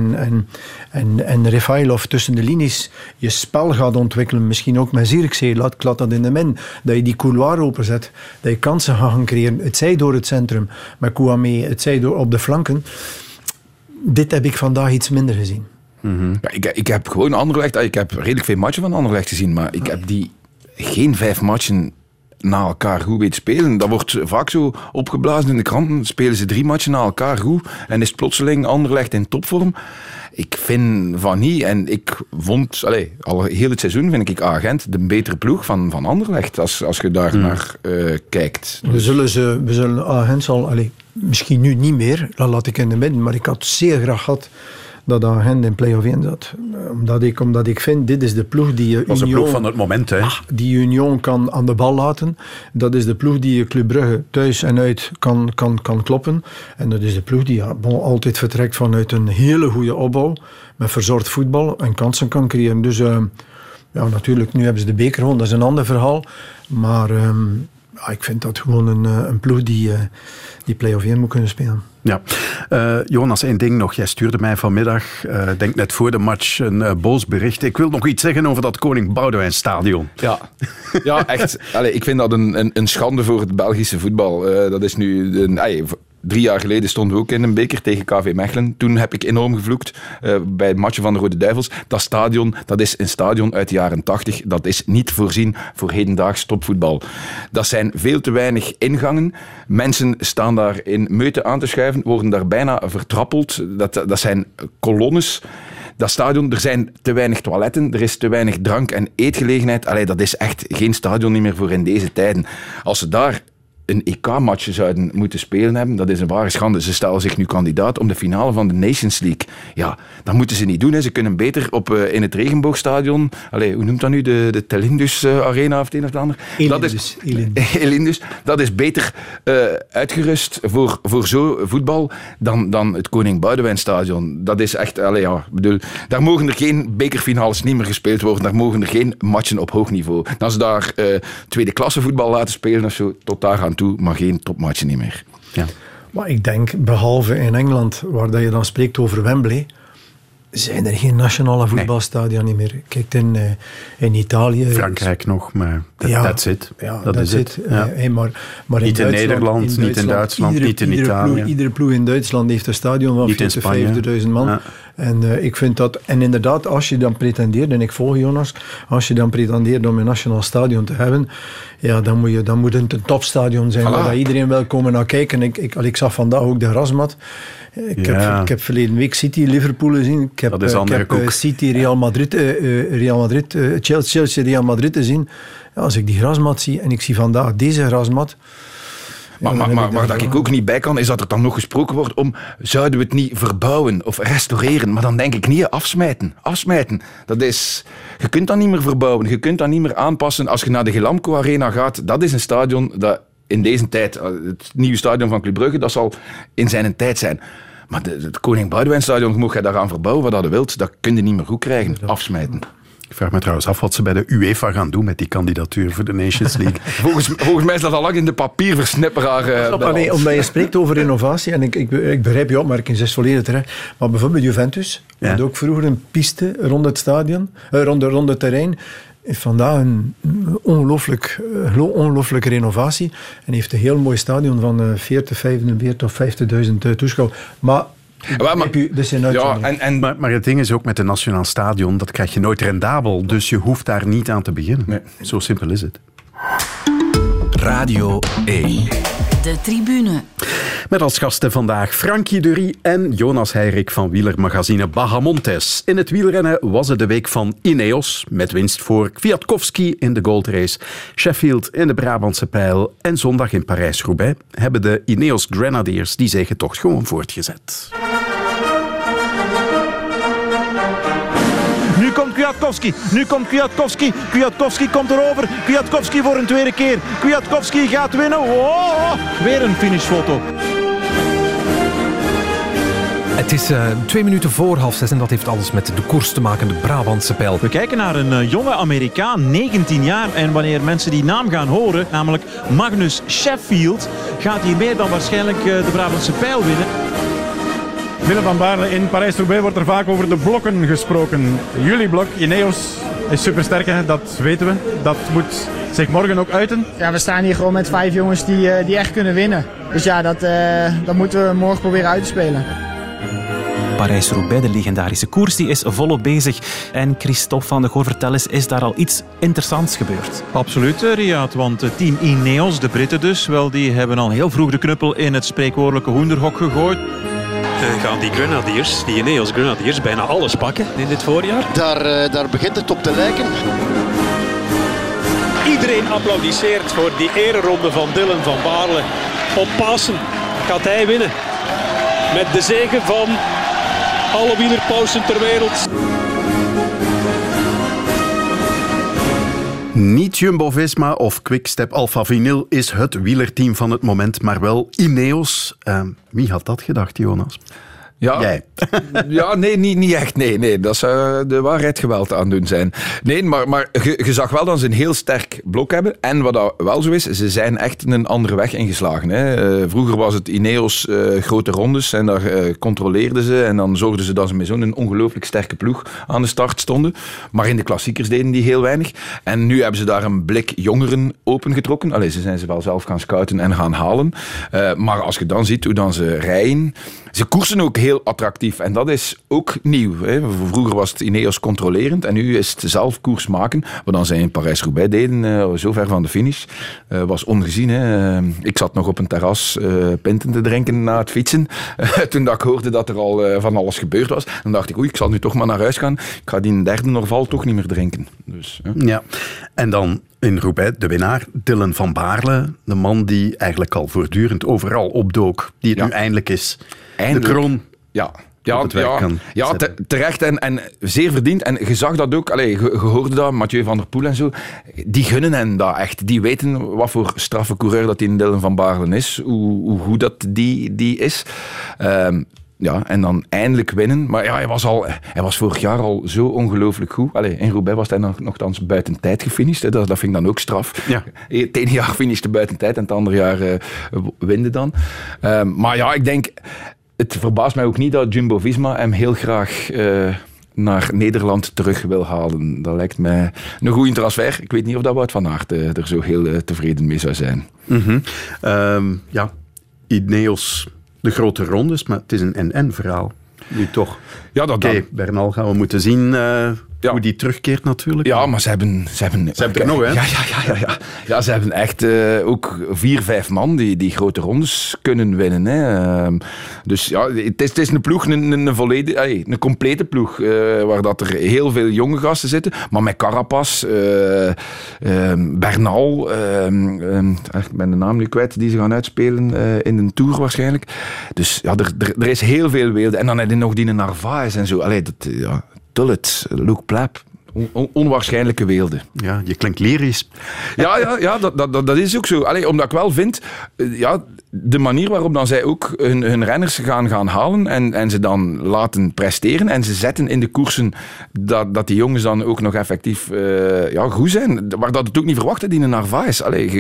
en Refailov tussen de linies je spel gaat ontwikkelen. Misschien ook met Zirkzee. Laat dat in de min. Dat je die couloir openzet. Dat je kansen gaat gaan creëren. Het zij door het centrum. Met Kouame, het zij door op de flanken. Dit heb ik vandaag iets minder gezien. Mm-hmm. Ja, ik heb gewoon Anderlecht. Ik heb redelijk veel matchen van Anderlecht gezien. Maar ik heb die geen 5 matchen na elkaar goed weten spelen. Dat wordt vaak zo opgeblazen in de kranten. Spelen ze 3 matchen na elkaar goed en is plotseling Anderlecht in topvorm. Ik vind van niet. En ik vond, al heel het seizoen vind ik Gent de betere ploeg van Anderlecht, als je daar naar kijkt. We zullen Gent misschien nu niet meer, dat laat ik in de midden, maar ik had zeer graag gehad dat Gent in play-off 1 zat. Omdat ik vind, dit is de ploeg die je was de ploeg van het moment, hè? Die Union kan aan de bal laten. Dat is de ploeg die je Club Brugge thuis en uit kan kloppen. En dat is de ploeg die altijd vertrekt vanuit een hele goede opbouw, met verzorgd voetbal en kansen kan creëren. Dus natuurlijk, nu hebben ze de beker gewonnen, dat is een ander verhaal. Maar ik vind dat gewoon een ploeg die play-off 1 moet kunnen spelen. Ja. Jonas, 1 ding nog. Jij stuurde mij vanmiddag, denk net voor de match, een boos bericht. Ik wil nog iets zeggen over dat Koning Boudewijn stadion. Ja, echt. Ik vind dat een schande voor het Belgische voetbal. Dat is nu... 3 jaar geleden stonden we ook in een beker tegen KV Mechelen. Toen heb ik enorm gevloekt bij het matchen van de Rode Duivels. Dat stadion, dat is een stadion uit de jaren 80. Dat is niet voorzien voor hedendaags topvoetbal. Dat zijn veel te weinig ingangen. Mensen staan daar in meute aan te schuiven, worden daar bijna vertrappeld. Dat zijn kolonnes. Dat stadion, er zijn te weinig toiletten, er is te weinig drank- en eetgelegenheid. Dat is echt geen stadion niet meer voor in deze tijden. Als ze daar een EK-match zouden moeten spelen hebben, dat is een ware schande. Ze stellen zich nu kandidaat om de finale van de Nations League. Ja, dat moeten ze niet doen. Hè. Ze kunnen beter in het Regenboogstadion, hoe noemt dat nu, de Telindus Arena of het een of het ander? Elindus. Dat is beter uitgerust voor zo voetbal dan het Koning Boudewijnstadion. Dat is echt, daar mogen er geen bekerfinales niet meer gespeeld worden. Daar mogen er geen matchen op hoog niveau. Dan ze daar tweede klasse voetbal laten spelen of zo, tot daar aan toe, maar geen topmatchen niet meer. Ja. Maar ik denk, behalve in Engeland, waar dat je dan spreekt over Wembley, zijn er geen nationale voetbalstadia niet meer. Kijk, in Italië... Frankrijk nog, maar that's it. Ja, dat is het. Ja. Maar niet in Nederland, niet in Duitsland, niet in Italië. Iedere ploeg in Duitsland heeft een stadion van 40.000 man. Ja. En ik vind dat... En inderdaad, als je dan pretendeert, en ik volg Jonas, als je dan pretendeert om een nationaal stadion te hebben, ja, dan moet het een topstadion zijn, waar iedereen wil komen naar kijken. Ik zag vandaag ook de grasmat. Ik heb verleden week City Liverpool gezien. Ik heb City Real Madrid, Chelsea Real Madrid gezien. Ja, als ik die grasmat zie en ik zie vandaag deze grasmat. Maar dat ik ook niet bij kan, is dat er dan nog gesproken wordt om, zouden we het niet verbouwen of restaureren? Maar dan denk ik niet, afsmijten. Dat is, je kunt dat niet meer verbouwen, je kunt dat niet meer aanpassen. Als je naar de Gelamco Arena gaat, dat is een stadion dat in deze tijd, het nieuwe stadion van Club Brugge, dat zal in zijn tijd zijn. Maar het Koning Boudewijnstadion, mocht je daaraan verbouwen wat je wilt, dat kun je niet meer goed krijgen. Afsmijten. Ik vraag me trouwens af wat ze bij de UEFA gaan doen met die kandidatuur voor de Nations League. Volgens mij is dat al lang in de papierversnipperaar. Omdat je spreekt over innovatie, en ik begrijp je opmerking, ze is volledig terecht. Maar bijvoorbeeld Juventus had ook vroeger een piste rond het stadion, rond het terrein. Heeft vandaag een ongelooflijke renovatie en heeft een heel mooi stadion van 40, 45 of 50.000 toeschouwers. Maar maar het ding is ook met een nationaal stadion, dat krijg je nooit rendabel. Dus je hoeft daar niet aan te beginnen. Nee. Zo simpel is het. Radio 1. De Tribune. Met als gasten vandaag Frankie Dury en Jonas Heirik van wielermagazine Bahamontes. In het wielrennen was het de week van Ineos, met winst voor Kwiatkowski in de goldrace. Sheffield in de Brabantse Pijl en zondag in Parijs-Roubaix hebben de Ineos Grenadiers die zegetocht gewoon voortgezet. Nu komt Kwiatkowski. Kwiatkowski komt erover. Kwiatkowski voor een tweede keer. Kwiatkowski gaat winnen. Oh, weer een finishfoto. Het is 2 minuten voor 5:30 en dat heeft alles met de koers te maken, de Brabantse Pijl. We kijken naar een jonge Amerikaan, 19 jaar. En wanneer mensen die naam gaan horen, namelijk Magnus Sheffield, gaat hij meer dan waarschijnlijk de Brabantse Pijl winnen. Willem van Baarle, in Parijs-Roubaix wordt er vaak over de blokken gesproken. Jullie blok, Ineos, is supersterk, hè? Dat weten we. Dat moet zich morgen ook uiten. Ja, we staan hier gewoon met 5 jongens die echt kunnen winnen. Dus ja, dat moeten we morgen proberen uit te spelen. Parijs-Roubaix, de legendarische koers, die is volop bezig. En Christophe van de Goor, vertel eens, is daar al iets interessants gebeurd? Absoluut, Riyad, want team Ineos, de Britten dus, wel, die hebben al heel vroeg de knuppel in het spreekwoordelijke hoenderhok gegooid. Gaan die Grenadiers, die Ineos Grenadiers, bijna alles pakken in dit voorjaar? Daar begint het op te lijken. Iedereen applaudisseert voor die ereronde van Dylan van Baarle. Op Pasen gaat hij winnen. Met de zege van alle wielerpausen ter wereld. Niet Jumbo-Visma of Quickstep Alpha Vinyl is het wielerteam van het moment, maar wel Ineos. Wie had dat gedacht, Jonas? Ja, jij? Ja, nee, niet echt. Nee, dat zou de waarheid geweld aan doen zijn. Nee, maar je zag wel dat ze een heel sterk blok hebben. En wat dat wel zo is, ze zijn echt een andere weg ingeslagen. Hè. Vroeger was het Ineos grote rondes en daar controleerden ze. En dan zorgden ze dat ze met zo'n ongelooflijk sterke ploeg aan de start stonden. Maar in de klassiekers deden die heel weinig. En nu hebben ze daar een blik jongeren opengetrokken. Allee, ze zijn ze wel zelf gaan scouten en gaan halen. Maar als je dan ziet hoe dan ze rijden... Ze koersen ook heel attractief en dat is ook nieuw. Hè. Vroeger was het Ineos controlerend en nu is het zelf koers maken. Wat dan zij in Parijs-Roubaix deden, zo ver van de finish, was ongezien. Hè. Ik zat nog op een terras pinten te drinken na het fietsen. Toen dat ik hoorde dat er al van alles gebeurd was, dan dacht ik, ik zal nu toch maar naar huis gaan. Ik ga die derde Norval toch niet meer drinken. Dus, ja. En dan in Roubaix, de winnaar, Dylan van Baarle. De man die eigenlijk al voortdurend overal opdook. Die het nu eindelijk is. Eindelijk. De kroon. Ja, terecht en zeer verdiend. En je zag dat ook, je hoorde dat, Mathieu van der Poel en zo. Die gunnen hen dat echt. Die weten wat voor straffe coureur dat die in Dylan van Baarle is. Hoe goed dat die is. En dan eindelijk winnen. Maar ja, hij was vorig jaar al zo ongelooflijk goed. In Roubaix was hij nogthans buiten tijd gefinished. Dat vind ik dan ook straf. Ja. Het ene jaar finishte buiten tijd en het andere jaar winde dan. Maar ja, ik denk... Het verbaast mij ook niet dat Jumbo-Visma hem heel graag naar Nederland terug wil halen. Dat lijkt mij een goede transfer. Ik weet niet of dat Wout van Aert er zo heel tevreden mee zou zijn. Ineos, de grote rondes, maar het is een NN-verhaal. Nu toch. Ja, Oké, Bernal gaan we moeten zien... hoe die terugkeert natuurlijk. Ja, maar ze hebben er nog, hè? Ja, ze hebben echt ook 4-5 man die grote rondes kunnen winnen. Hè. Dus ja, het is een ploeg, een complete ploeg, waar dat er heel veel jonge gasten zitten. Maar met Carapaz, Bernal, ik ben de naam nu kwijt, die ze gaan uitspelen in de Tour waarschijnlijk. Dus ja, er is heel veel weelde. En dan heb je nog die Narvaez en zo. Tullet, Luke Plap. Onwaarschijnlijke weelde. Ja, je klinkt lyrisch. Ja, dat is ook zo. Omdat ik wel vind, de manier waarop dan zij ook hun renners gaan halen en ze dan laten presteren en ze zetten in de koersen dat die jongens dan ook nog effectief goed zijn. Waar dat het ook niet verwacht, die een Narvaez.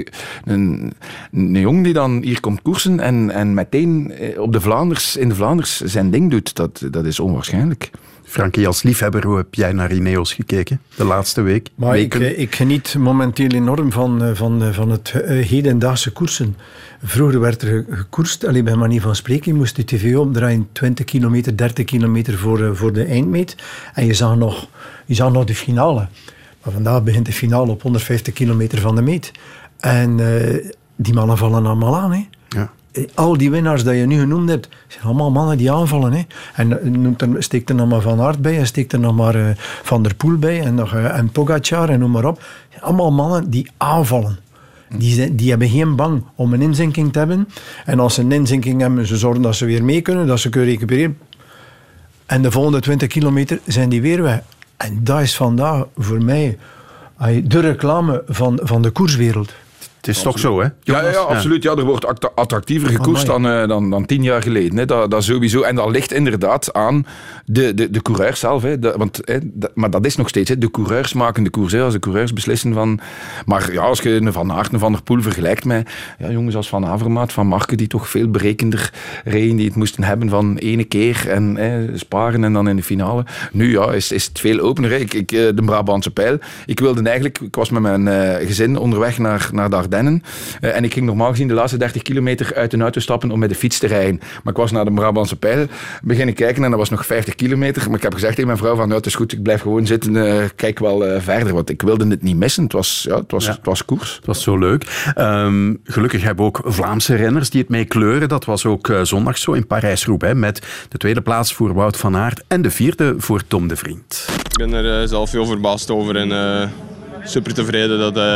Een jongen die dan hier komt koersen en meteen in de Vlaanders zijn ding doet, dat is onwaarschijnlijk. Frankie, als liefhebber, hoe heb jij naar Ineos gekeken de laatste week? Maar ik geniet momenteel enorm van het hedendaagse koersen. Vroeger werd er gekoerst, bij manier van spreken, je moest de tv opdraaien 20 kilometer, 30 kilometer voor de eindmeet. En je zag nog de finale. Maar vandaag begint de finale op 150 kilometer van de meet. En die mannen vallen allemaal aan, hè. Ja. Al die winnaars die je nu genoemd hebt, zijn allemaal mannen die aanvallen. Hè. En steekt er nog maar Van Aert bij, en steekt er nog maar Van der Poel bij, en Pogacar, en noem maar op. Allemaal mannen die aanvallen. Die hebben geen bang om een inzinking te hebben. En als ze een inzinking hebben, ze zorgen dat ze weer mee kunnen, dat ze kunnen recupereren. En de volgende 20 kilometer zijn die weer weg. En dat is vandaag voor mij de reclame van de koerswereld. Het is toch zo, hè? Ja, absoluut. Ja, er wordt attractiever gekoerst dan 10 jaar geleden. Hè. Dat sowieso. En dat ligt inderdaad aan de coureurs zelf. Hè. Maar dat is nog steeds. Hè. De coureurs maken de koers. Hè. Als de coureurs beslissen van... Maar ja, als je een Van Aert, een Van der Poel vergelijkt met jongens als Van Avermaet, Van Marken, die toch veel berekender reden, die het moesten hebben van ene keer en sparen en dan in de finale. Nu is het veel opener. Hè. De Brabantse Pijl. Ik was met mijn gezin onderweg naar de en ik ging normaal gezien de laatste 30 kilometer uit een auto stappen om met de fiets te rijden. Maar ik was naar de Brabantse Pijl beginnen kijken en dat was nog 50 kilometer. Maar ik heb gezegd tegen mijn vrouw van, het is goed, ik blijf gewoon zitten, kijk wel verder. Want ik wilde het niet missen. Het was koers. Het was zo leuk. Gelukkig hebben we ook Vlaamse renners die het mee kleuren. Dat was ook zondag zo in Parijs-Roubaix met de tweede plaats voor Wout van Aert en de vierde voor Tom de Vriend. Ik ben er zelf heel verbaasd over en super tevreden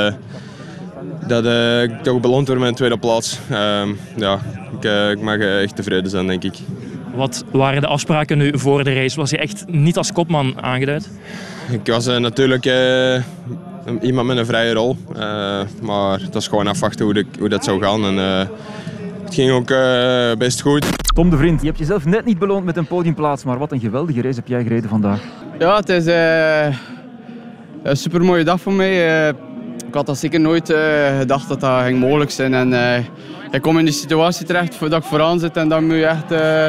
dat ik toch beloond word met een tweede plaats. Ik mag echt tevreden zijn, denk ik. Wat waren de afspraken nu voor de race? Was je echt niet als kopman aangeduid? Ik was natuurlijk iemand met een vrije rol. Maar het was gewoon afwachten hoe dat zou gaan. En, het ging ook best goed. Tom de Vriend, je hebt jezelf net niet beloond met een podiumplaats. Maar wat een geweldige race heb jij gereden vandaag. Ja, het is een super mooie dag voor mij. Ik had dat zeker nooit gedacht dat ging mogelijk zijn. En ik kom in die situatie terecht dat ik vooraan zit en dan moet je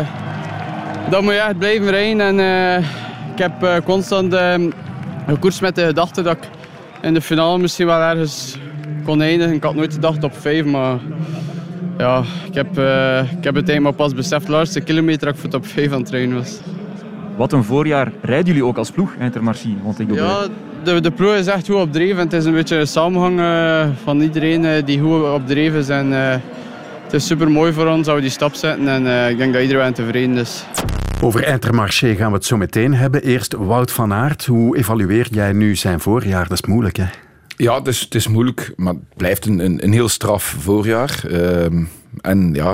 echt blijven rijden. En ik heb constant gekoerst met de gedachte dat ik in de finale misschien wel ergens kon eindigen. Ik had nooit gedacht op 5, maar ja, ik heb het eigenlijk maar pas beseft de laatste kilometer dat ik voor top 5 aan het rijden was. Wat een voorjaar rijden jullie ook als ploeg, Intermarché? De ploeg is echt goed op dreef en het is een beetje een samenhang van iedereen die goed op dreef is. En het is super mooi voor ons dat we die stap zetten en ik denk dat iedereen tevreden is. Over Intermarché gaan we het zo meteen hebben. Eerst Wout van Aert. Hoe evalueer jij nu zijn voorjaar? Dat is moeilijk, hè? Ja, het is moeilijk, maar het blijft een heel straf voorjaar. En ja,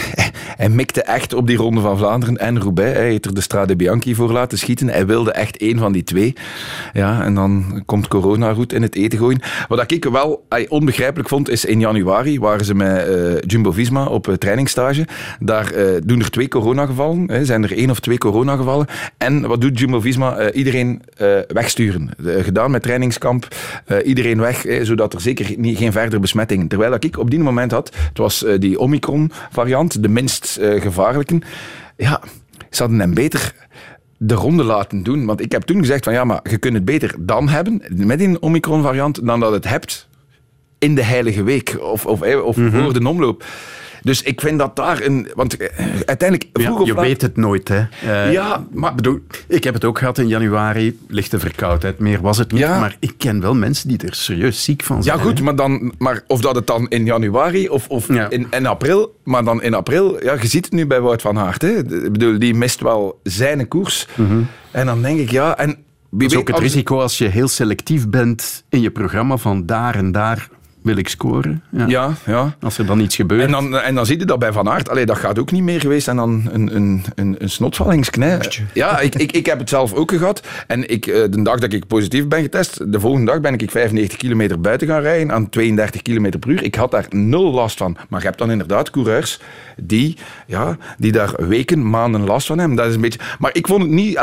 hij mikte echt op die Ronde van Vlaanderen en Roubaix. Hij heeft er de Strade Bianchi voor laten schieten. Hij wilde echt één van die twee. Ja, en dan komt corona-roet in het eten gooien. Wat ik wel onbegrijpelijk vond, is in januari waren ze met Jumbo-Visma op trainingsstage. Daar doen er 2 coronagevallen. Zijn er 1 of 2 coronagevallen. En wat doet Jumbo-Visma? Iedereen wegsturen. Gedaan met trainingskamp. Iedereen weg, zodat er zeker geen verdere besmettingen. Terwijl ik op die moment had, het was die Omicron-variant, de minst gevaarlijke. Ja, ze hadden hem beter de ronde laten doen. Want ik heb toen gezegd van ja, maar je kunt het beter dan hebben, met die Omicron-variant, dan dat het hebt in de Heilige Week of voor de omloop. Dus ik vind dat daar want uiteindelijk... Je weet het nooit, hè. Maar bedoel, ik heb het ook gehad in januari. Lichte verkoudheid, meer was het niet. Ja. Maar ik ken wel mensen die er serieus ziek van zijn. Ja, goed, maar of dat het dan in januari of in april... Maar dan in april, ja, je ziet het nu bij Wout van Aert. Hè. Ik bedoel, die mist wel zijn koers. Mm-hmm. En dan denk ik, ja... En dat is ook het risico als je heel selectief bent in je programma van daar en daar... wil ik scoren. Ja. Als er dan iets gebeurt. En dan zie je dat bij Van Aert. Allee, dat gaat ook niet meer geweest. En dan een snotvallingssknij. Ja, ik heb het zelf ook gehad. En de dag dat ik positief ben getest, de volgende dag ben ik 95 kilometer buiten gaan rijden aan 32 kilometer per uur. Ik had daar 0 last van. Maar je hebt dan inderdaad coureurs die daar weken, maanden last van hebben. Dat is een beetje... Maar ik vond het niet...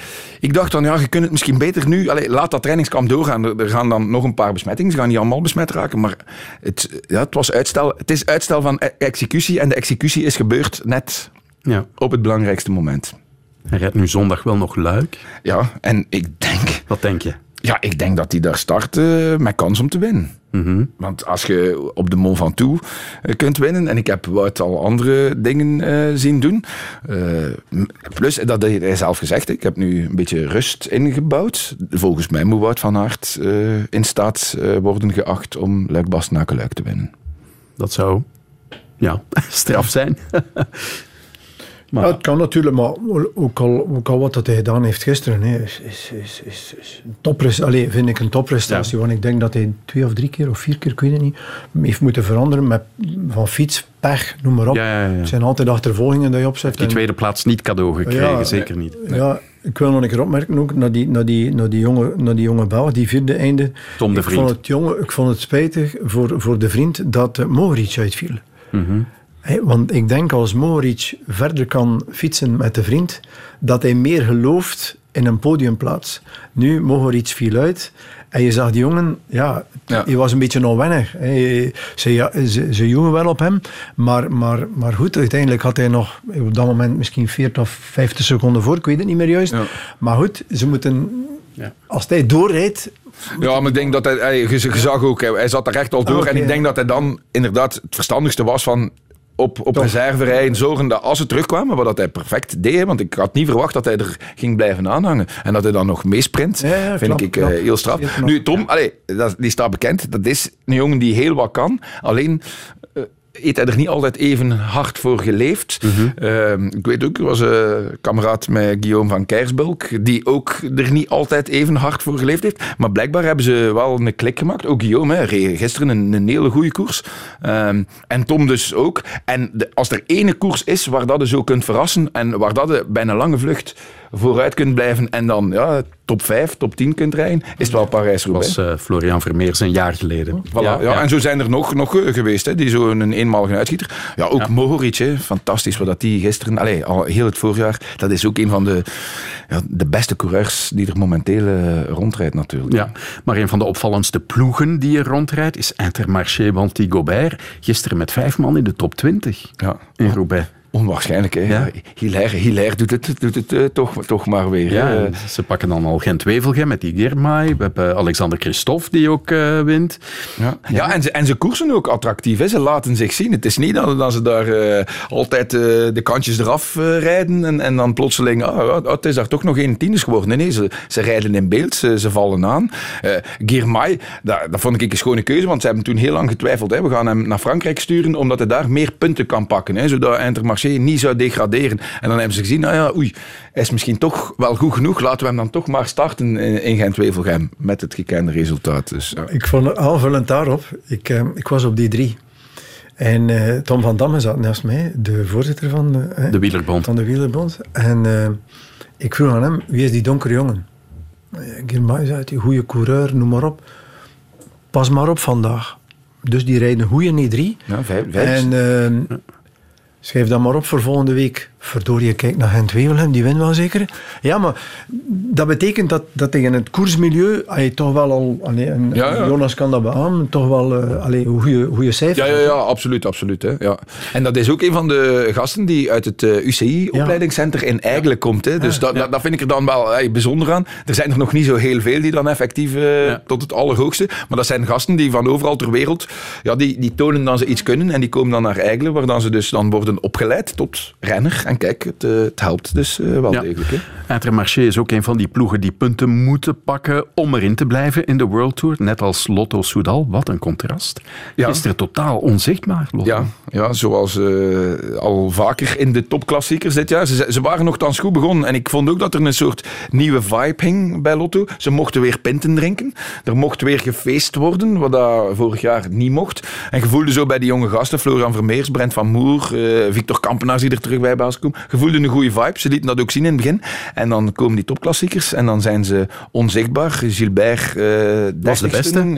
Ik dacht dan, je kunt het misschien beter nu... laat dat trainingskamp doorgaan. Er gaan dan nog een paar besmettingen. Ze gaan niet allemaal besmet raken. Maar het was uitstel. Het is uitstel van executie. En de executie is gebeurd net op het belangrijkste moment. Hij rijdt nu zondag wel nog Luik. Ja, en ik denk... Wat denk je? Ja, ik denk dat hij daar start met kans om te winnen. Mm-hmm. Want als je op de Mont Ventoux kunt winnen, en ik heb Wout al andere dingen zien doen. Plus, dat heeft hij zelf gezegd, ik heb nu een beetje rust ingebouwd. Volgens mij moet Wout van Aert in staat worden geacht om Luik-Bastenaken-Luik te winnen. Dat zou straf zijn. Maar het kan natuurlijk, maar ook al wat dat hij gedaan heeft gisteren, is een topprestatie. Vind ik een topprestatie. Ja. Want ik denk dat hij 2 of 3 keer of 4 keer, ik weet het niet, heeft moeten veranderen van fiets, pech, noem maar op. Ja. Het zijn altijd achtervolgingen dat je opzet. Die tweede plaats niet cadeau gekregen, zeker niet. Nee. Ja, ik wil nog een keer opmerken ook naar die jonge Belg, die vierde einde. Tom de Vriend. Ik vond het spijtig voor de Vriend dat Mohoric uitviel. Mm-hmm. Want ik denk als Mohoric verder kan fietsen met de Vriend, dat hij meer gelooft in een podiumplaats. Nu, Mohoric viel uit en je zag die jongen, hij was een beetje onwennig. Ze joegen wel op hem, maar goed, uiteindelijk had hij nog op dat moment misschien 40 of 50 seconden voor, ik weet het niet meer juist. Ja. Maar goed, ze moeten... Ja. Als hij doorrijdt... Ja, maar ik denk dat hij... Je zag ook, hij zat er echt al door. Okay. En ik denk dat hij dan inderdaad het verstandigste was van... Op reserve rijden, zorgen dat als ze terugkwamen, wat dat hij perfect deed, want ik had niet verwacht dat hij er ging blijven aanhangen. En dat hij dan nog meesprint, vind ik heel straf. Nu, Tom, die staat bekend. Dat is een jongen die heel wat kan. Alleen... heeft hij er niet altijd even hard voor geleefd. Mm-hmm. Ik weet ook, er was een kameraad met Guillaume van Kersbulk, die ook er niet altijd even hard voor geleefd heeft. Maar blijkbaar hebben ze wel een klik gemaakt. Ook Guillaume, reed gisteren een hele goede koers. En Tom dus ook. En als er ene koers is waar dat je zo kunt verrassen en waar dat je bij een lange vlucht vooruit kunt blijven en dan top 5, top 10 kunt rijden, is het wel Parijs-Roubaix. Dat was Florian Vermeers een jaar geleden. Voilà, ja. En zo zijn er nog geweest, hè, die zo'n eenmalige uitschieter. Ja, ook Mohoric, hè, fantastisch wat die gisteren, al heel het voorjaar, dat is ook een van de beste coureurs die er momenteel rondrijdt natuurlijk. Ja, maar een van de opvallendste ploegen die er rondrijdt is Intermarché Wanty-Gobert. Gisteren met 5 man in de top 20 in Roubaix. Onwaarschijnlijk, hè? Ja. Hilaire doet het toch maar weer. Ja, ze pakken dan al Gent-Wevelgem met die Girmay. We hebben Alexander Christophe die ook wint. Ja, en ze koersen ook attractief. Hè? Ze laten zich zien. Het is niet dat ze daar altijd de kantjes eraf rijden en dan plotseling, het is daar toch nog 1 tiendes geworden. Nee, ze rijden in beeld, ze vallen aan. Girmay, dat vond ik een schone keuze, want ze hebben toen heel lang getwijfeld. Hè? We gaan hem naar Frankrijk sturen, omdat hij daar meer punten kan pakken. Hè? Zodat Intermarché Intermarché niet zou degraderen. En dan hebben ze gezien, hij is misschien toch wel goed genoeg. Laten we hem dan toch maar starten in Gent-Wevelgem met het gekende resultaat. Dus, ja. Ik vond aanvullend daarop, ik was op die 3. En Tom van Damme zat naast mij, de voorzitter van de Wielerbond. Van de Wielerbond. En ik vroeg aan hem, wie is die donkere jongen? Girmay zei, die goede coureur, noem maar op. Pas maar op vandaag. Dus die rijden een goede E3. Ja, 5. En schrijf dat maar op voor volgende week. Verdorie, je kijkt naar Gent-Wevelgem, die wint wel zeker. Ja, maar dat betekent dat tegen het koersmilieu toch wel al... Jonas kan dat beamen, toch wel goede cijfers. Ja, absoluut. Hè. Ja. En dat is ook een van de gasten die uit het UCI-opleidingscentrum in Eigelen komt. Hè. Dus dat vind ik er dan wel bijzonder aan. Er zijn er nog niet zo heel veel die dan effectief tot het allerhoogste. Maar dat zijn gasten die van overal ter wereld... Ja, die tonen dat ze iets kunnen en die komen dan naar Eigelen, waar dan ze dus dan worden opgeleid tot renner. En kijk, het helpt dus wel degelijk. Hè. Intermarché is ook een van die ploegen die punten moeten pakken om erin te blijven in de World Tour. Net als Lotto Soudal. Wat een contrast. Ja. Gisteren totaal onzichtbaar, Lotto. Ja, zoals al vaker in de topklassiekers dit jaar. Ze waren nogthans goed begonnen. En ik vond ook dat er een soort nieuwe vibe hing bij Lotto. Ze mochten weer pinten drinken. Er mocht weer gefeest worden, wat dat vorig jaar niet mocht. En je voelde zo bij die jonge gasten, Florian Vermeers, Brent van Moer, Victor Kampenaars die er terug bij was komen. Je voelde een goede vibe. Ze lieten dat ook zien in het begin. En dan komen die topklassiekers en dan zijn ze onzichtbaar. Gilbert was de beste.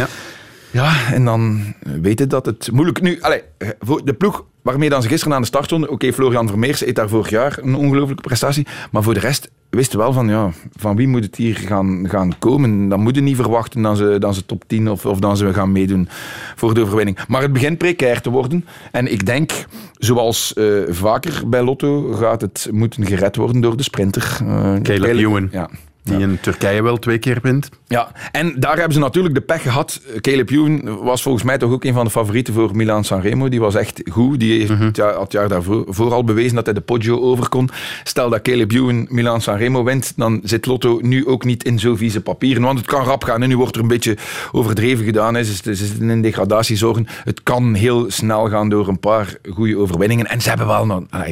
Ja, en dan weten dat het moeilijk... Nu, voor de ploeg waarmee dan ze gisteren aan de start stonden... Oké, Florian Vermeers heeft daar vorig jaar een ongelooflijke prestatie. Maar voor de rest wisten wel van wie moet het hier gaan komen. Dan moeten niet verwachten dat ze top 10 of dan ze gaan meedoen voor de overwinning. Maar het begint precair te worden. En ik denk, zoals vaker bij Lotto, gaat het moeten gered worden door de sprinter. Caleb Ewan. Ja. Die in Turkije wel 2 keer wint. Ja, en daar hebben ze natuurlijk de pech gehad. Caleb Ewan was volgens mij toch ook een van de favorieten voor Milaan-Sanremo. Die was echt goed. Die heeft het jaar daarvoor al bewezen dat hij de Poggio over kon. Stel dat Caleb Ewan Milaan-Sanremo wint, dan zit Lotto nu ook niet in zo vieze papieren. Want het kan rap gaan. En nu wordt er een beetje overdreven gedaan. Hè. Ze zitten in degradatiezorgen. Het kan heel snel gaan door een paar goede overwinningen. En ze hebben wel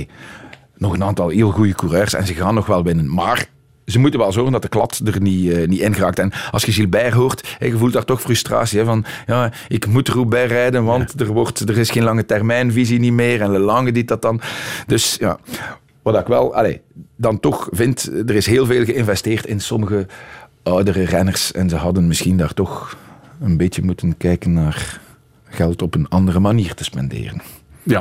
nog een aantal heel goede coureurs. En ze gaan nog wel winnen. Maar... ze moeten wel zorgen dat de klad er niet in geraakt. En als je Gilbert hoort, je voelt daar toch frustratie. Hè, van, ik moet Roubaix rijden, want er is geen lange termijnvisie niet meer. En Lange die dat dan. Dus ja, wat ik wel dan toch vind, er is heel veel geïnvesteerd in sommige oudere renners. En ze hadden misschien daar toch een beetje moeten kijken naar geld op een andere manier te spenderen. Ja,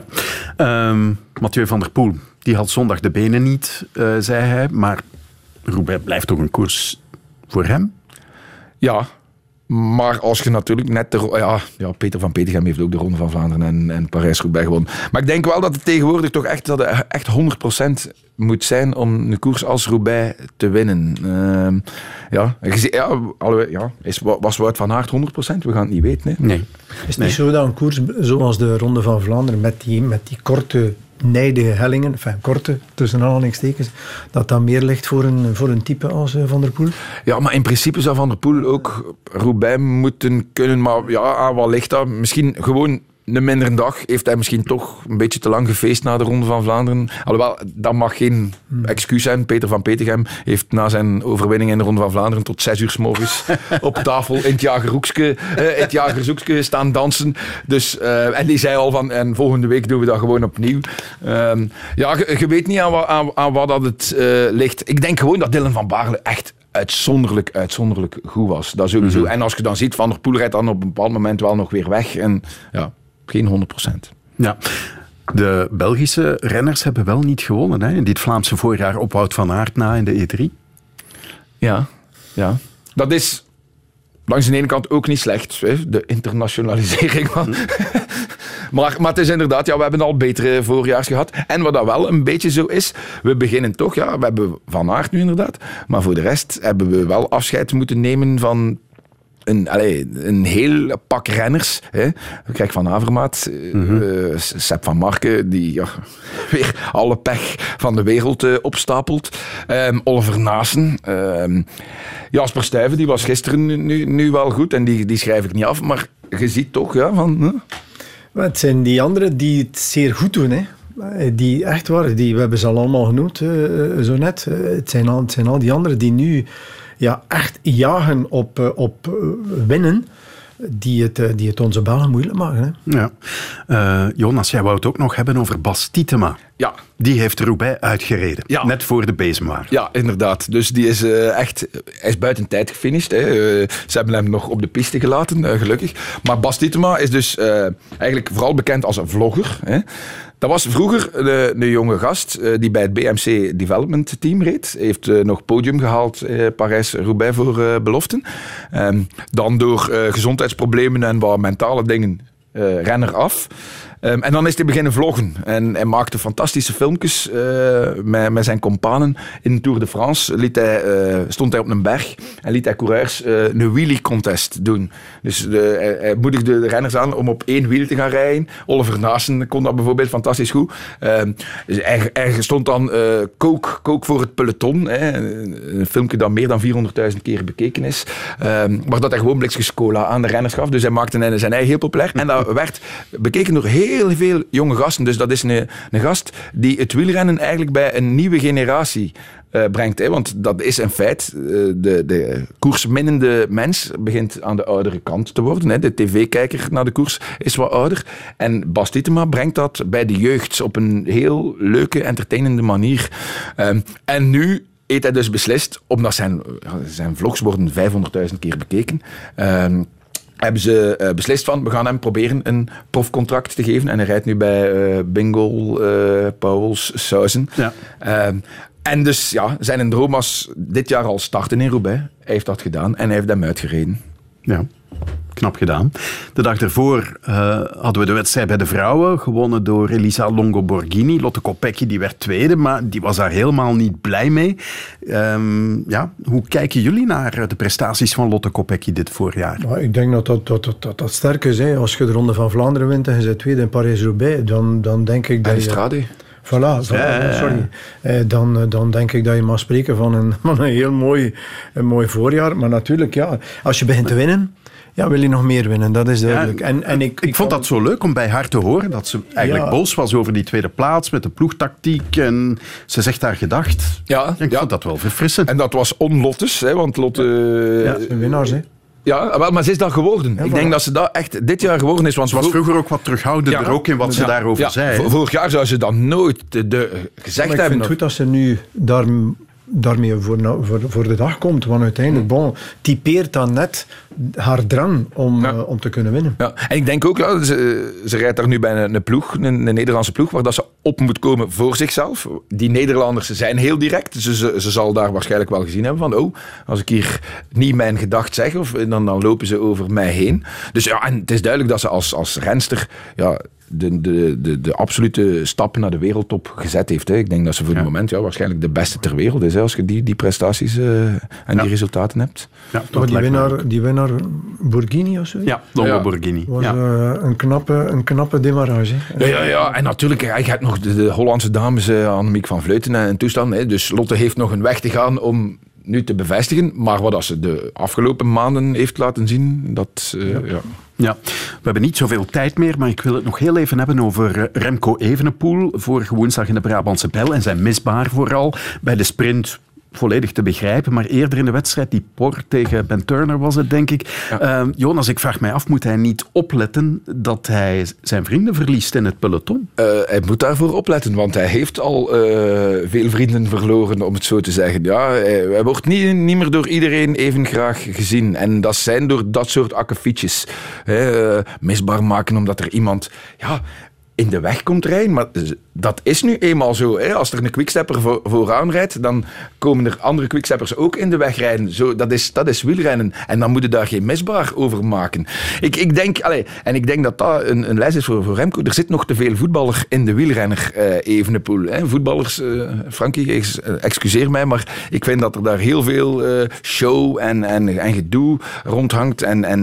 Mathieu van der Poel, die had zondag de benen niet, zei hij, maar Roubaix blijft toch een koers voor hem? Ja, maar als je natuurlijk net... Peter van Petegem heeft ook de Ronde van Vlaanderen en Parijs-Roubaix gewonnen. Maar ik denk wel dat het tegenwoordig toch echt 100% moet zijn om een koers als Roubaix te winnen. Was Wout van Aert 100%? We gaan het niet weten. Hè? Nee. Is het niet zo dat een koers zoals de Ronde van Vlaanderen met die korte... nijdige hellingen, korte, tussen aanhalingstekens, dat meer ligt voor een type als Van der Poel? Ja, maar in principe zou Van der Poel ook Roubaix moeten kunnen, maar wat ligt dat? Misschien gewoon een mindere dag. Heeft hij misschien toch een beetje te lang gefeest na de Ronde van Vlaanderen? Alhoewel, dat mag geen excuus zijn. Peter van Petegem heeft na zijn overwinning in de Ronde van Vlaanderen tot 6 uur 's morgens op tafel in het Jagerzoekske staan dansen. Dus, en die zei al van, en volgende week doen we dat gewoon opnieuw. Je weet niet aan wat dat het ligt. Ik denk gewoon dat Dylan van Baarle echt uitzonderlijk goed was. Dat sowieso. Mm-hmm. En als je dan ziet, Van der Poel rijdt dan op een bepaald moment wel nog weer weg. En geen 100%. Ja. De Belgische renners hebben wel niet gewonnen. Hè? In dit Vlaamse voorjaar op Wout van Aert na in de E3. Ja. Dat is langs de ene kant ook niet slecht. Hè? De internationalisering van... Maar het is inderdaad, we hebben al betere voorjaars gehad. En wat dat wel een beetje zo is, we beginnen toch, we hebben Van Aert nu inderdaad, maar voor de rest hebben we wel afscheid moeten nemen van een heel pak renners. Hè. Kijk, Van Avermaat, Sepp van Marken, die weer alle pech van de wereld opstapelt. Oliver Naassen. Jasper Stuyven, die was gisteren nu wel goed en die schrijf ik niet af, maar je ziet toch, van... Maar het zijn die anderen die het zeer goed doen, hè. Echt waar, we hebben ze al allemaal genoemd, zo net. Het zijn al die anderen die nu echt jagen op winnen, die het onze Belgen moeilijk maken. Hè? Ja. Jonas, jij wou het ook nog hebben over Bas Tietema. Ja. Die heeft Roubaix uitgereden, net voor de bezemwaar. Ja, inderdaad. Dus die is hij is buiten tijd gefinished. Hè. Ze hebben hem nog op de piste gelaten, gelukkig. Maar Bas Tietema is dus eigenlijk vooral bekend als een vlogger. Hè. Dat was vroeger een jonge gast die bij het BMC Development Team reed. Hij heeft nog podium gehaald Parijs-Roubaix voor beloften. Dan door gezondheidsproblemen en wat mentale dingen renner af. En dan is hij beginnen vloggen. En hij maakte fantastische filmpjes met zijn companen. In de Tour de France stond hij op een berg en liet hij coureurs een wheelie contest doen. Dus hij moedigde de renners aan om op 1 wiel te gaan rijden. Oliver Naassen kon dat bijvoorbeeld fantastisch goed. Dus hij stond dan coke voor het peloton. Een filmpje dat meer dan 400.000 keer bekeken is. Maar dat hij gewoon blikjes cola aan de renners gaf. Dus hij maakte zijn eigen heel populair. En dat werd bekeken door heel veel jonge gasten. Dus dat is een gast die het wielrennen eigenlijk bij een nieuwe generatie brengt. Hè? Want dat is een feit. De koersminnende mens begint aan de oudere kant te worden. Hè? De tv-kijker naar de koers is wat ouder. En Bas Tietema brengt dat bij de jeugd op een heel leuke, entertainende manier. En nu heeft hij dus beslist, omdat zijn vlogs worden 500.000 keer bekeken, hebben ze beslist van, we gaan hem proberen een profcontract te geven. En hij rijdt nu bij Bingle, Pauwels, Sauzen. Ja. En dus zijn droom was dit jaar al starten in Roubaix. Hij heeft dat gedaan en hij heeft hem uitgereden. Ja. Knap gedaan. De dag ervoor hadden we de wedstrijd bij de vrouwen, gewonnen door Elisa Longo-Borghini. Lotte Kopecky die werd tweede, maar die was daar helemaal niet blij mee. Hoe kijken jullie naar de prestaties van Lotte Kopecky dit voorjaar? Nou, ik denk dat sterk is. Hè. Als je de Ronde van Vlaanderen wint en je bent tweede in Parijs-Roubaix, dan denk ik dat en Strade. Voilà, sorry. Dan denk ik dat je mag spreken van een heel mooi voorjaar. Maar natuurlijk, als je begint te winnen, wil je nog meer winnen, dat is duidelijk. En ik vond dat zo leuk om bij haar te horen, dat ze eigenlijk boos was over die tweede plaats met de ploegtactiek en ze zegt haar gedacht. Ik vond dat wel verfrissend. En dat was onlottes, hè, want Lotte... een winnaars, hè. Ja, maar ze is dat geworden. Ik denk dat ze dat echt dit jaar geworden is. Want ze was vroeger ook wat terughoudender ook in wat ze daarover zei. Vorig jaar zou ze dat nooit gezegd hebben. Ik vind het goed dat ze nu daarmee voor de dag komt. Want uiteindelijk, typeert dan net haar drang om te kunnen winnen. Ja. En ik denk ook, ze rijdt daar nu bij een ploeg, een Nederlandse ploeg, waar dat ze op moet komen voor zichzelf. Die Nederlanders zijn heel direct. Ze zal daar waarschijnlijk wel gezien hebben van, als ik hier niet mijn gedacht zeg, dan lopen ze over mij heen. Dus en het is duidelijk dat ze als renster de absolute stappen naar de wereldtop gezet heeft. Hè. Ik denk dat ze voor het moment waarschijnlijk de beste ter wereld is, hè, als je die prestaties en die resultaten hebt. Ja, die winnaar Borghini of zo? Ja, Longo-Borghini. Was een knappe demarrage. Ja, en natuurlijk, je hebt nog de Hollandse dames, Annemiek van Vleuten en toestand. Hè. Dus Lotte heeft nog een weg te gaan om nu te bevestigen. Maar wat ze de afgelopen maanden heeft laten zien, dat... Ja, we hebben niet zoveel tijd meer, maar ik wil het nog heel even hebben over Remco Evenepoel. Vorige woensdag in de Brabantse Bijl en zijn misbaar vooral. Bij de sprint volledig te begrijpen, maar eerder in de wedstrijd, die Por tegen Ben Turner was het, denk ik. Ja. Jonas, ik vraag mij af, moet hij niet opletten dat hij zijn vrienden verliest in het peloton? Hij moet daarvoor opletten, want hij heeft al veel vrienden verloren, om het zo te zeggen. Ja, hij wordt niet meer door iedereen even graag gezien. En dat zijn door dat soort akkefietjes. Misbaar maken omdat er iemand... in de weg komt rijden, maar dat is nu eenmaal zo. Hè. Als er een quickstepper vooraan rijdt, dan komen er andere quicksteppers ook in de weg rijden. Zo, dat is wielrennen. En dan moet je daar geen misbaar over maken. Ik denk dat dat een les is voor Remco. Er zit nog te veel voetballer in de wielrenner Evenepoel. Hè. Voetballers, Frankie, excuseer mij, maar ik vind dat er daar heel veel show en gedoe rondhangt.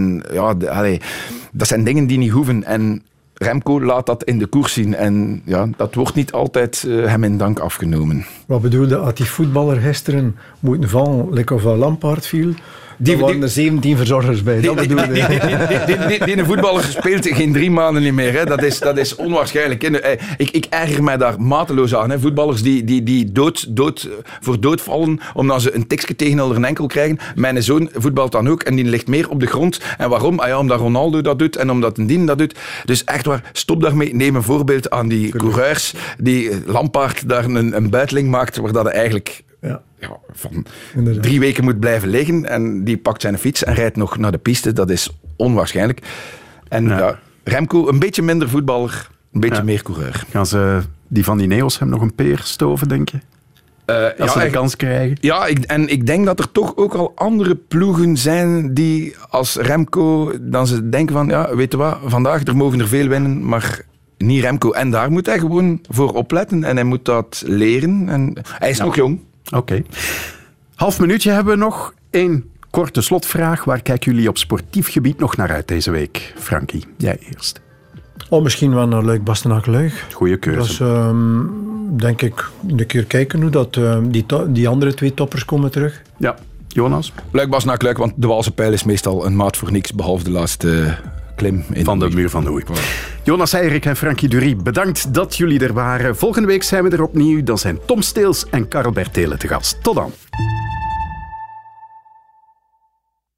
Dat zijn dingen die niet hoeven. En Remco laat dat in de koers zien en dat wordt niet altijd hem in dank afgenomen. Wat bedoelde, had die voetballer gisteren moeten vallen, like of Lampaard viel... Er waren er 17 verzorgers bij. Dat bedoelde die voetballer speelt geen 3 maanden niet meer. Hè. Dat is onwaarschijnlijk. Ik erger mij daar mateloos aan. Hè. Voetballers die voor dood vallen omdat ze een tikje tegen hun enkel krijgen. Mijn zoon voetbalt dan ook en die ligt meer op de grond. En waarom? Omdat Ronaldo dat doet en omdat een Dien dat doet. Dus echt waar, stop daarmee. Neem een voorbeeld aan die coureurs die Lampaard daar een buiteling maakt waar dat eigenlijk... Ja, van inderdaad. 3 weken moet blijven liggen en die pakt zijn fiets en rijdt nog naar de piste. Dat is onwaarschijnlijk. En Remco, een beetje minder voetballer, een beetje meer coureur. Gaan ze die van Ineos hem nog een peer stoven, denk je? Als ze de kans krijgen? Ja, ik denk dat er toch ook al andere ploegen zijn die als Remco, dan ze denken van, weet je wat, vandaag er mogen er veel winnen, maar... niet Remco. En daar moet hij gewoon voor opletten en hij moet dat leren. En hij is nog jong. Oké. Half minuutje hebben we nog. 1 korte slotvraag. Waar kijken jullie op sportief gebied nog naar uit deze week? Frankie, jij eerst. Misschien wel naar Luik-Bastenaken-Luik. Goeie keuze. Dus denk ik een keer kijken hoe dat, die andere 2 toppers komen terug. Ja. Jonas? Luik-Bastenaken-Luik, want de Waalse Pijl is meestal een maat voor niks, behalve de laatste... klim van de muur van de Hoei. Jonas Heirik en Frankie Dury, bedankt dat jullie er waren. Volgende week zijn we er opnieuw. Dan zijn Tom Steels en Karel Bertelen te gast. Tot dan.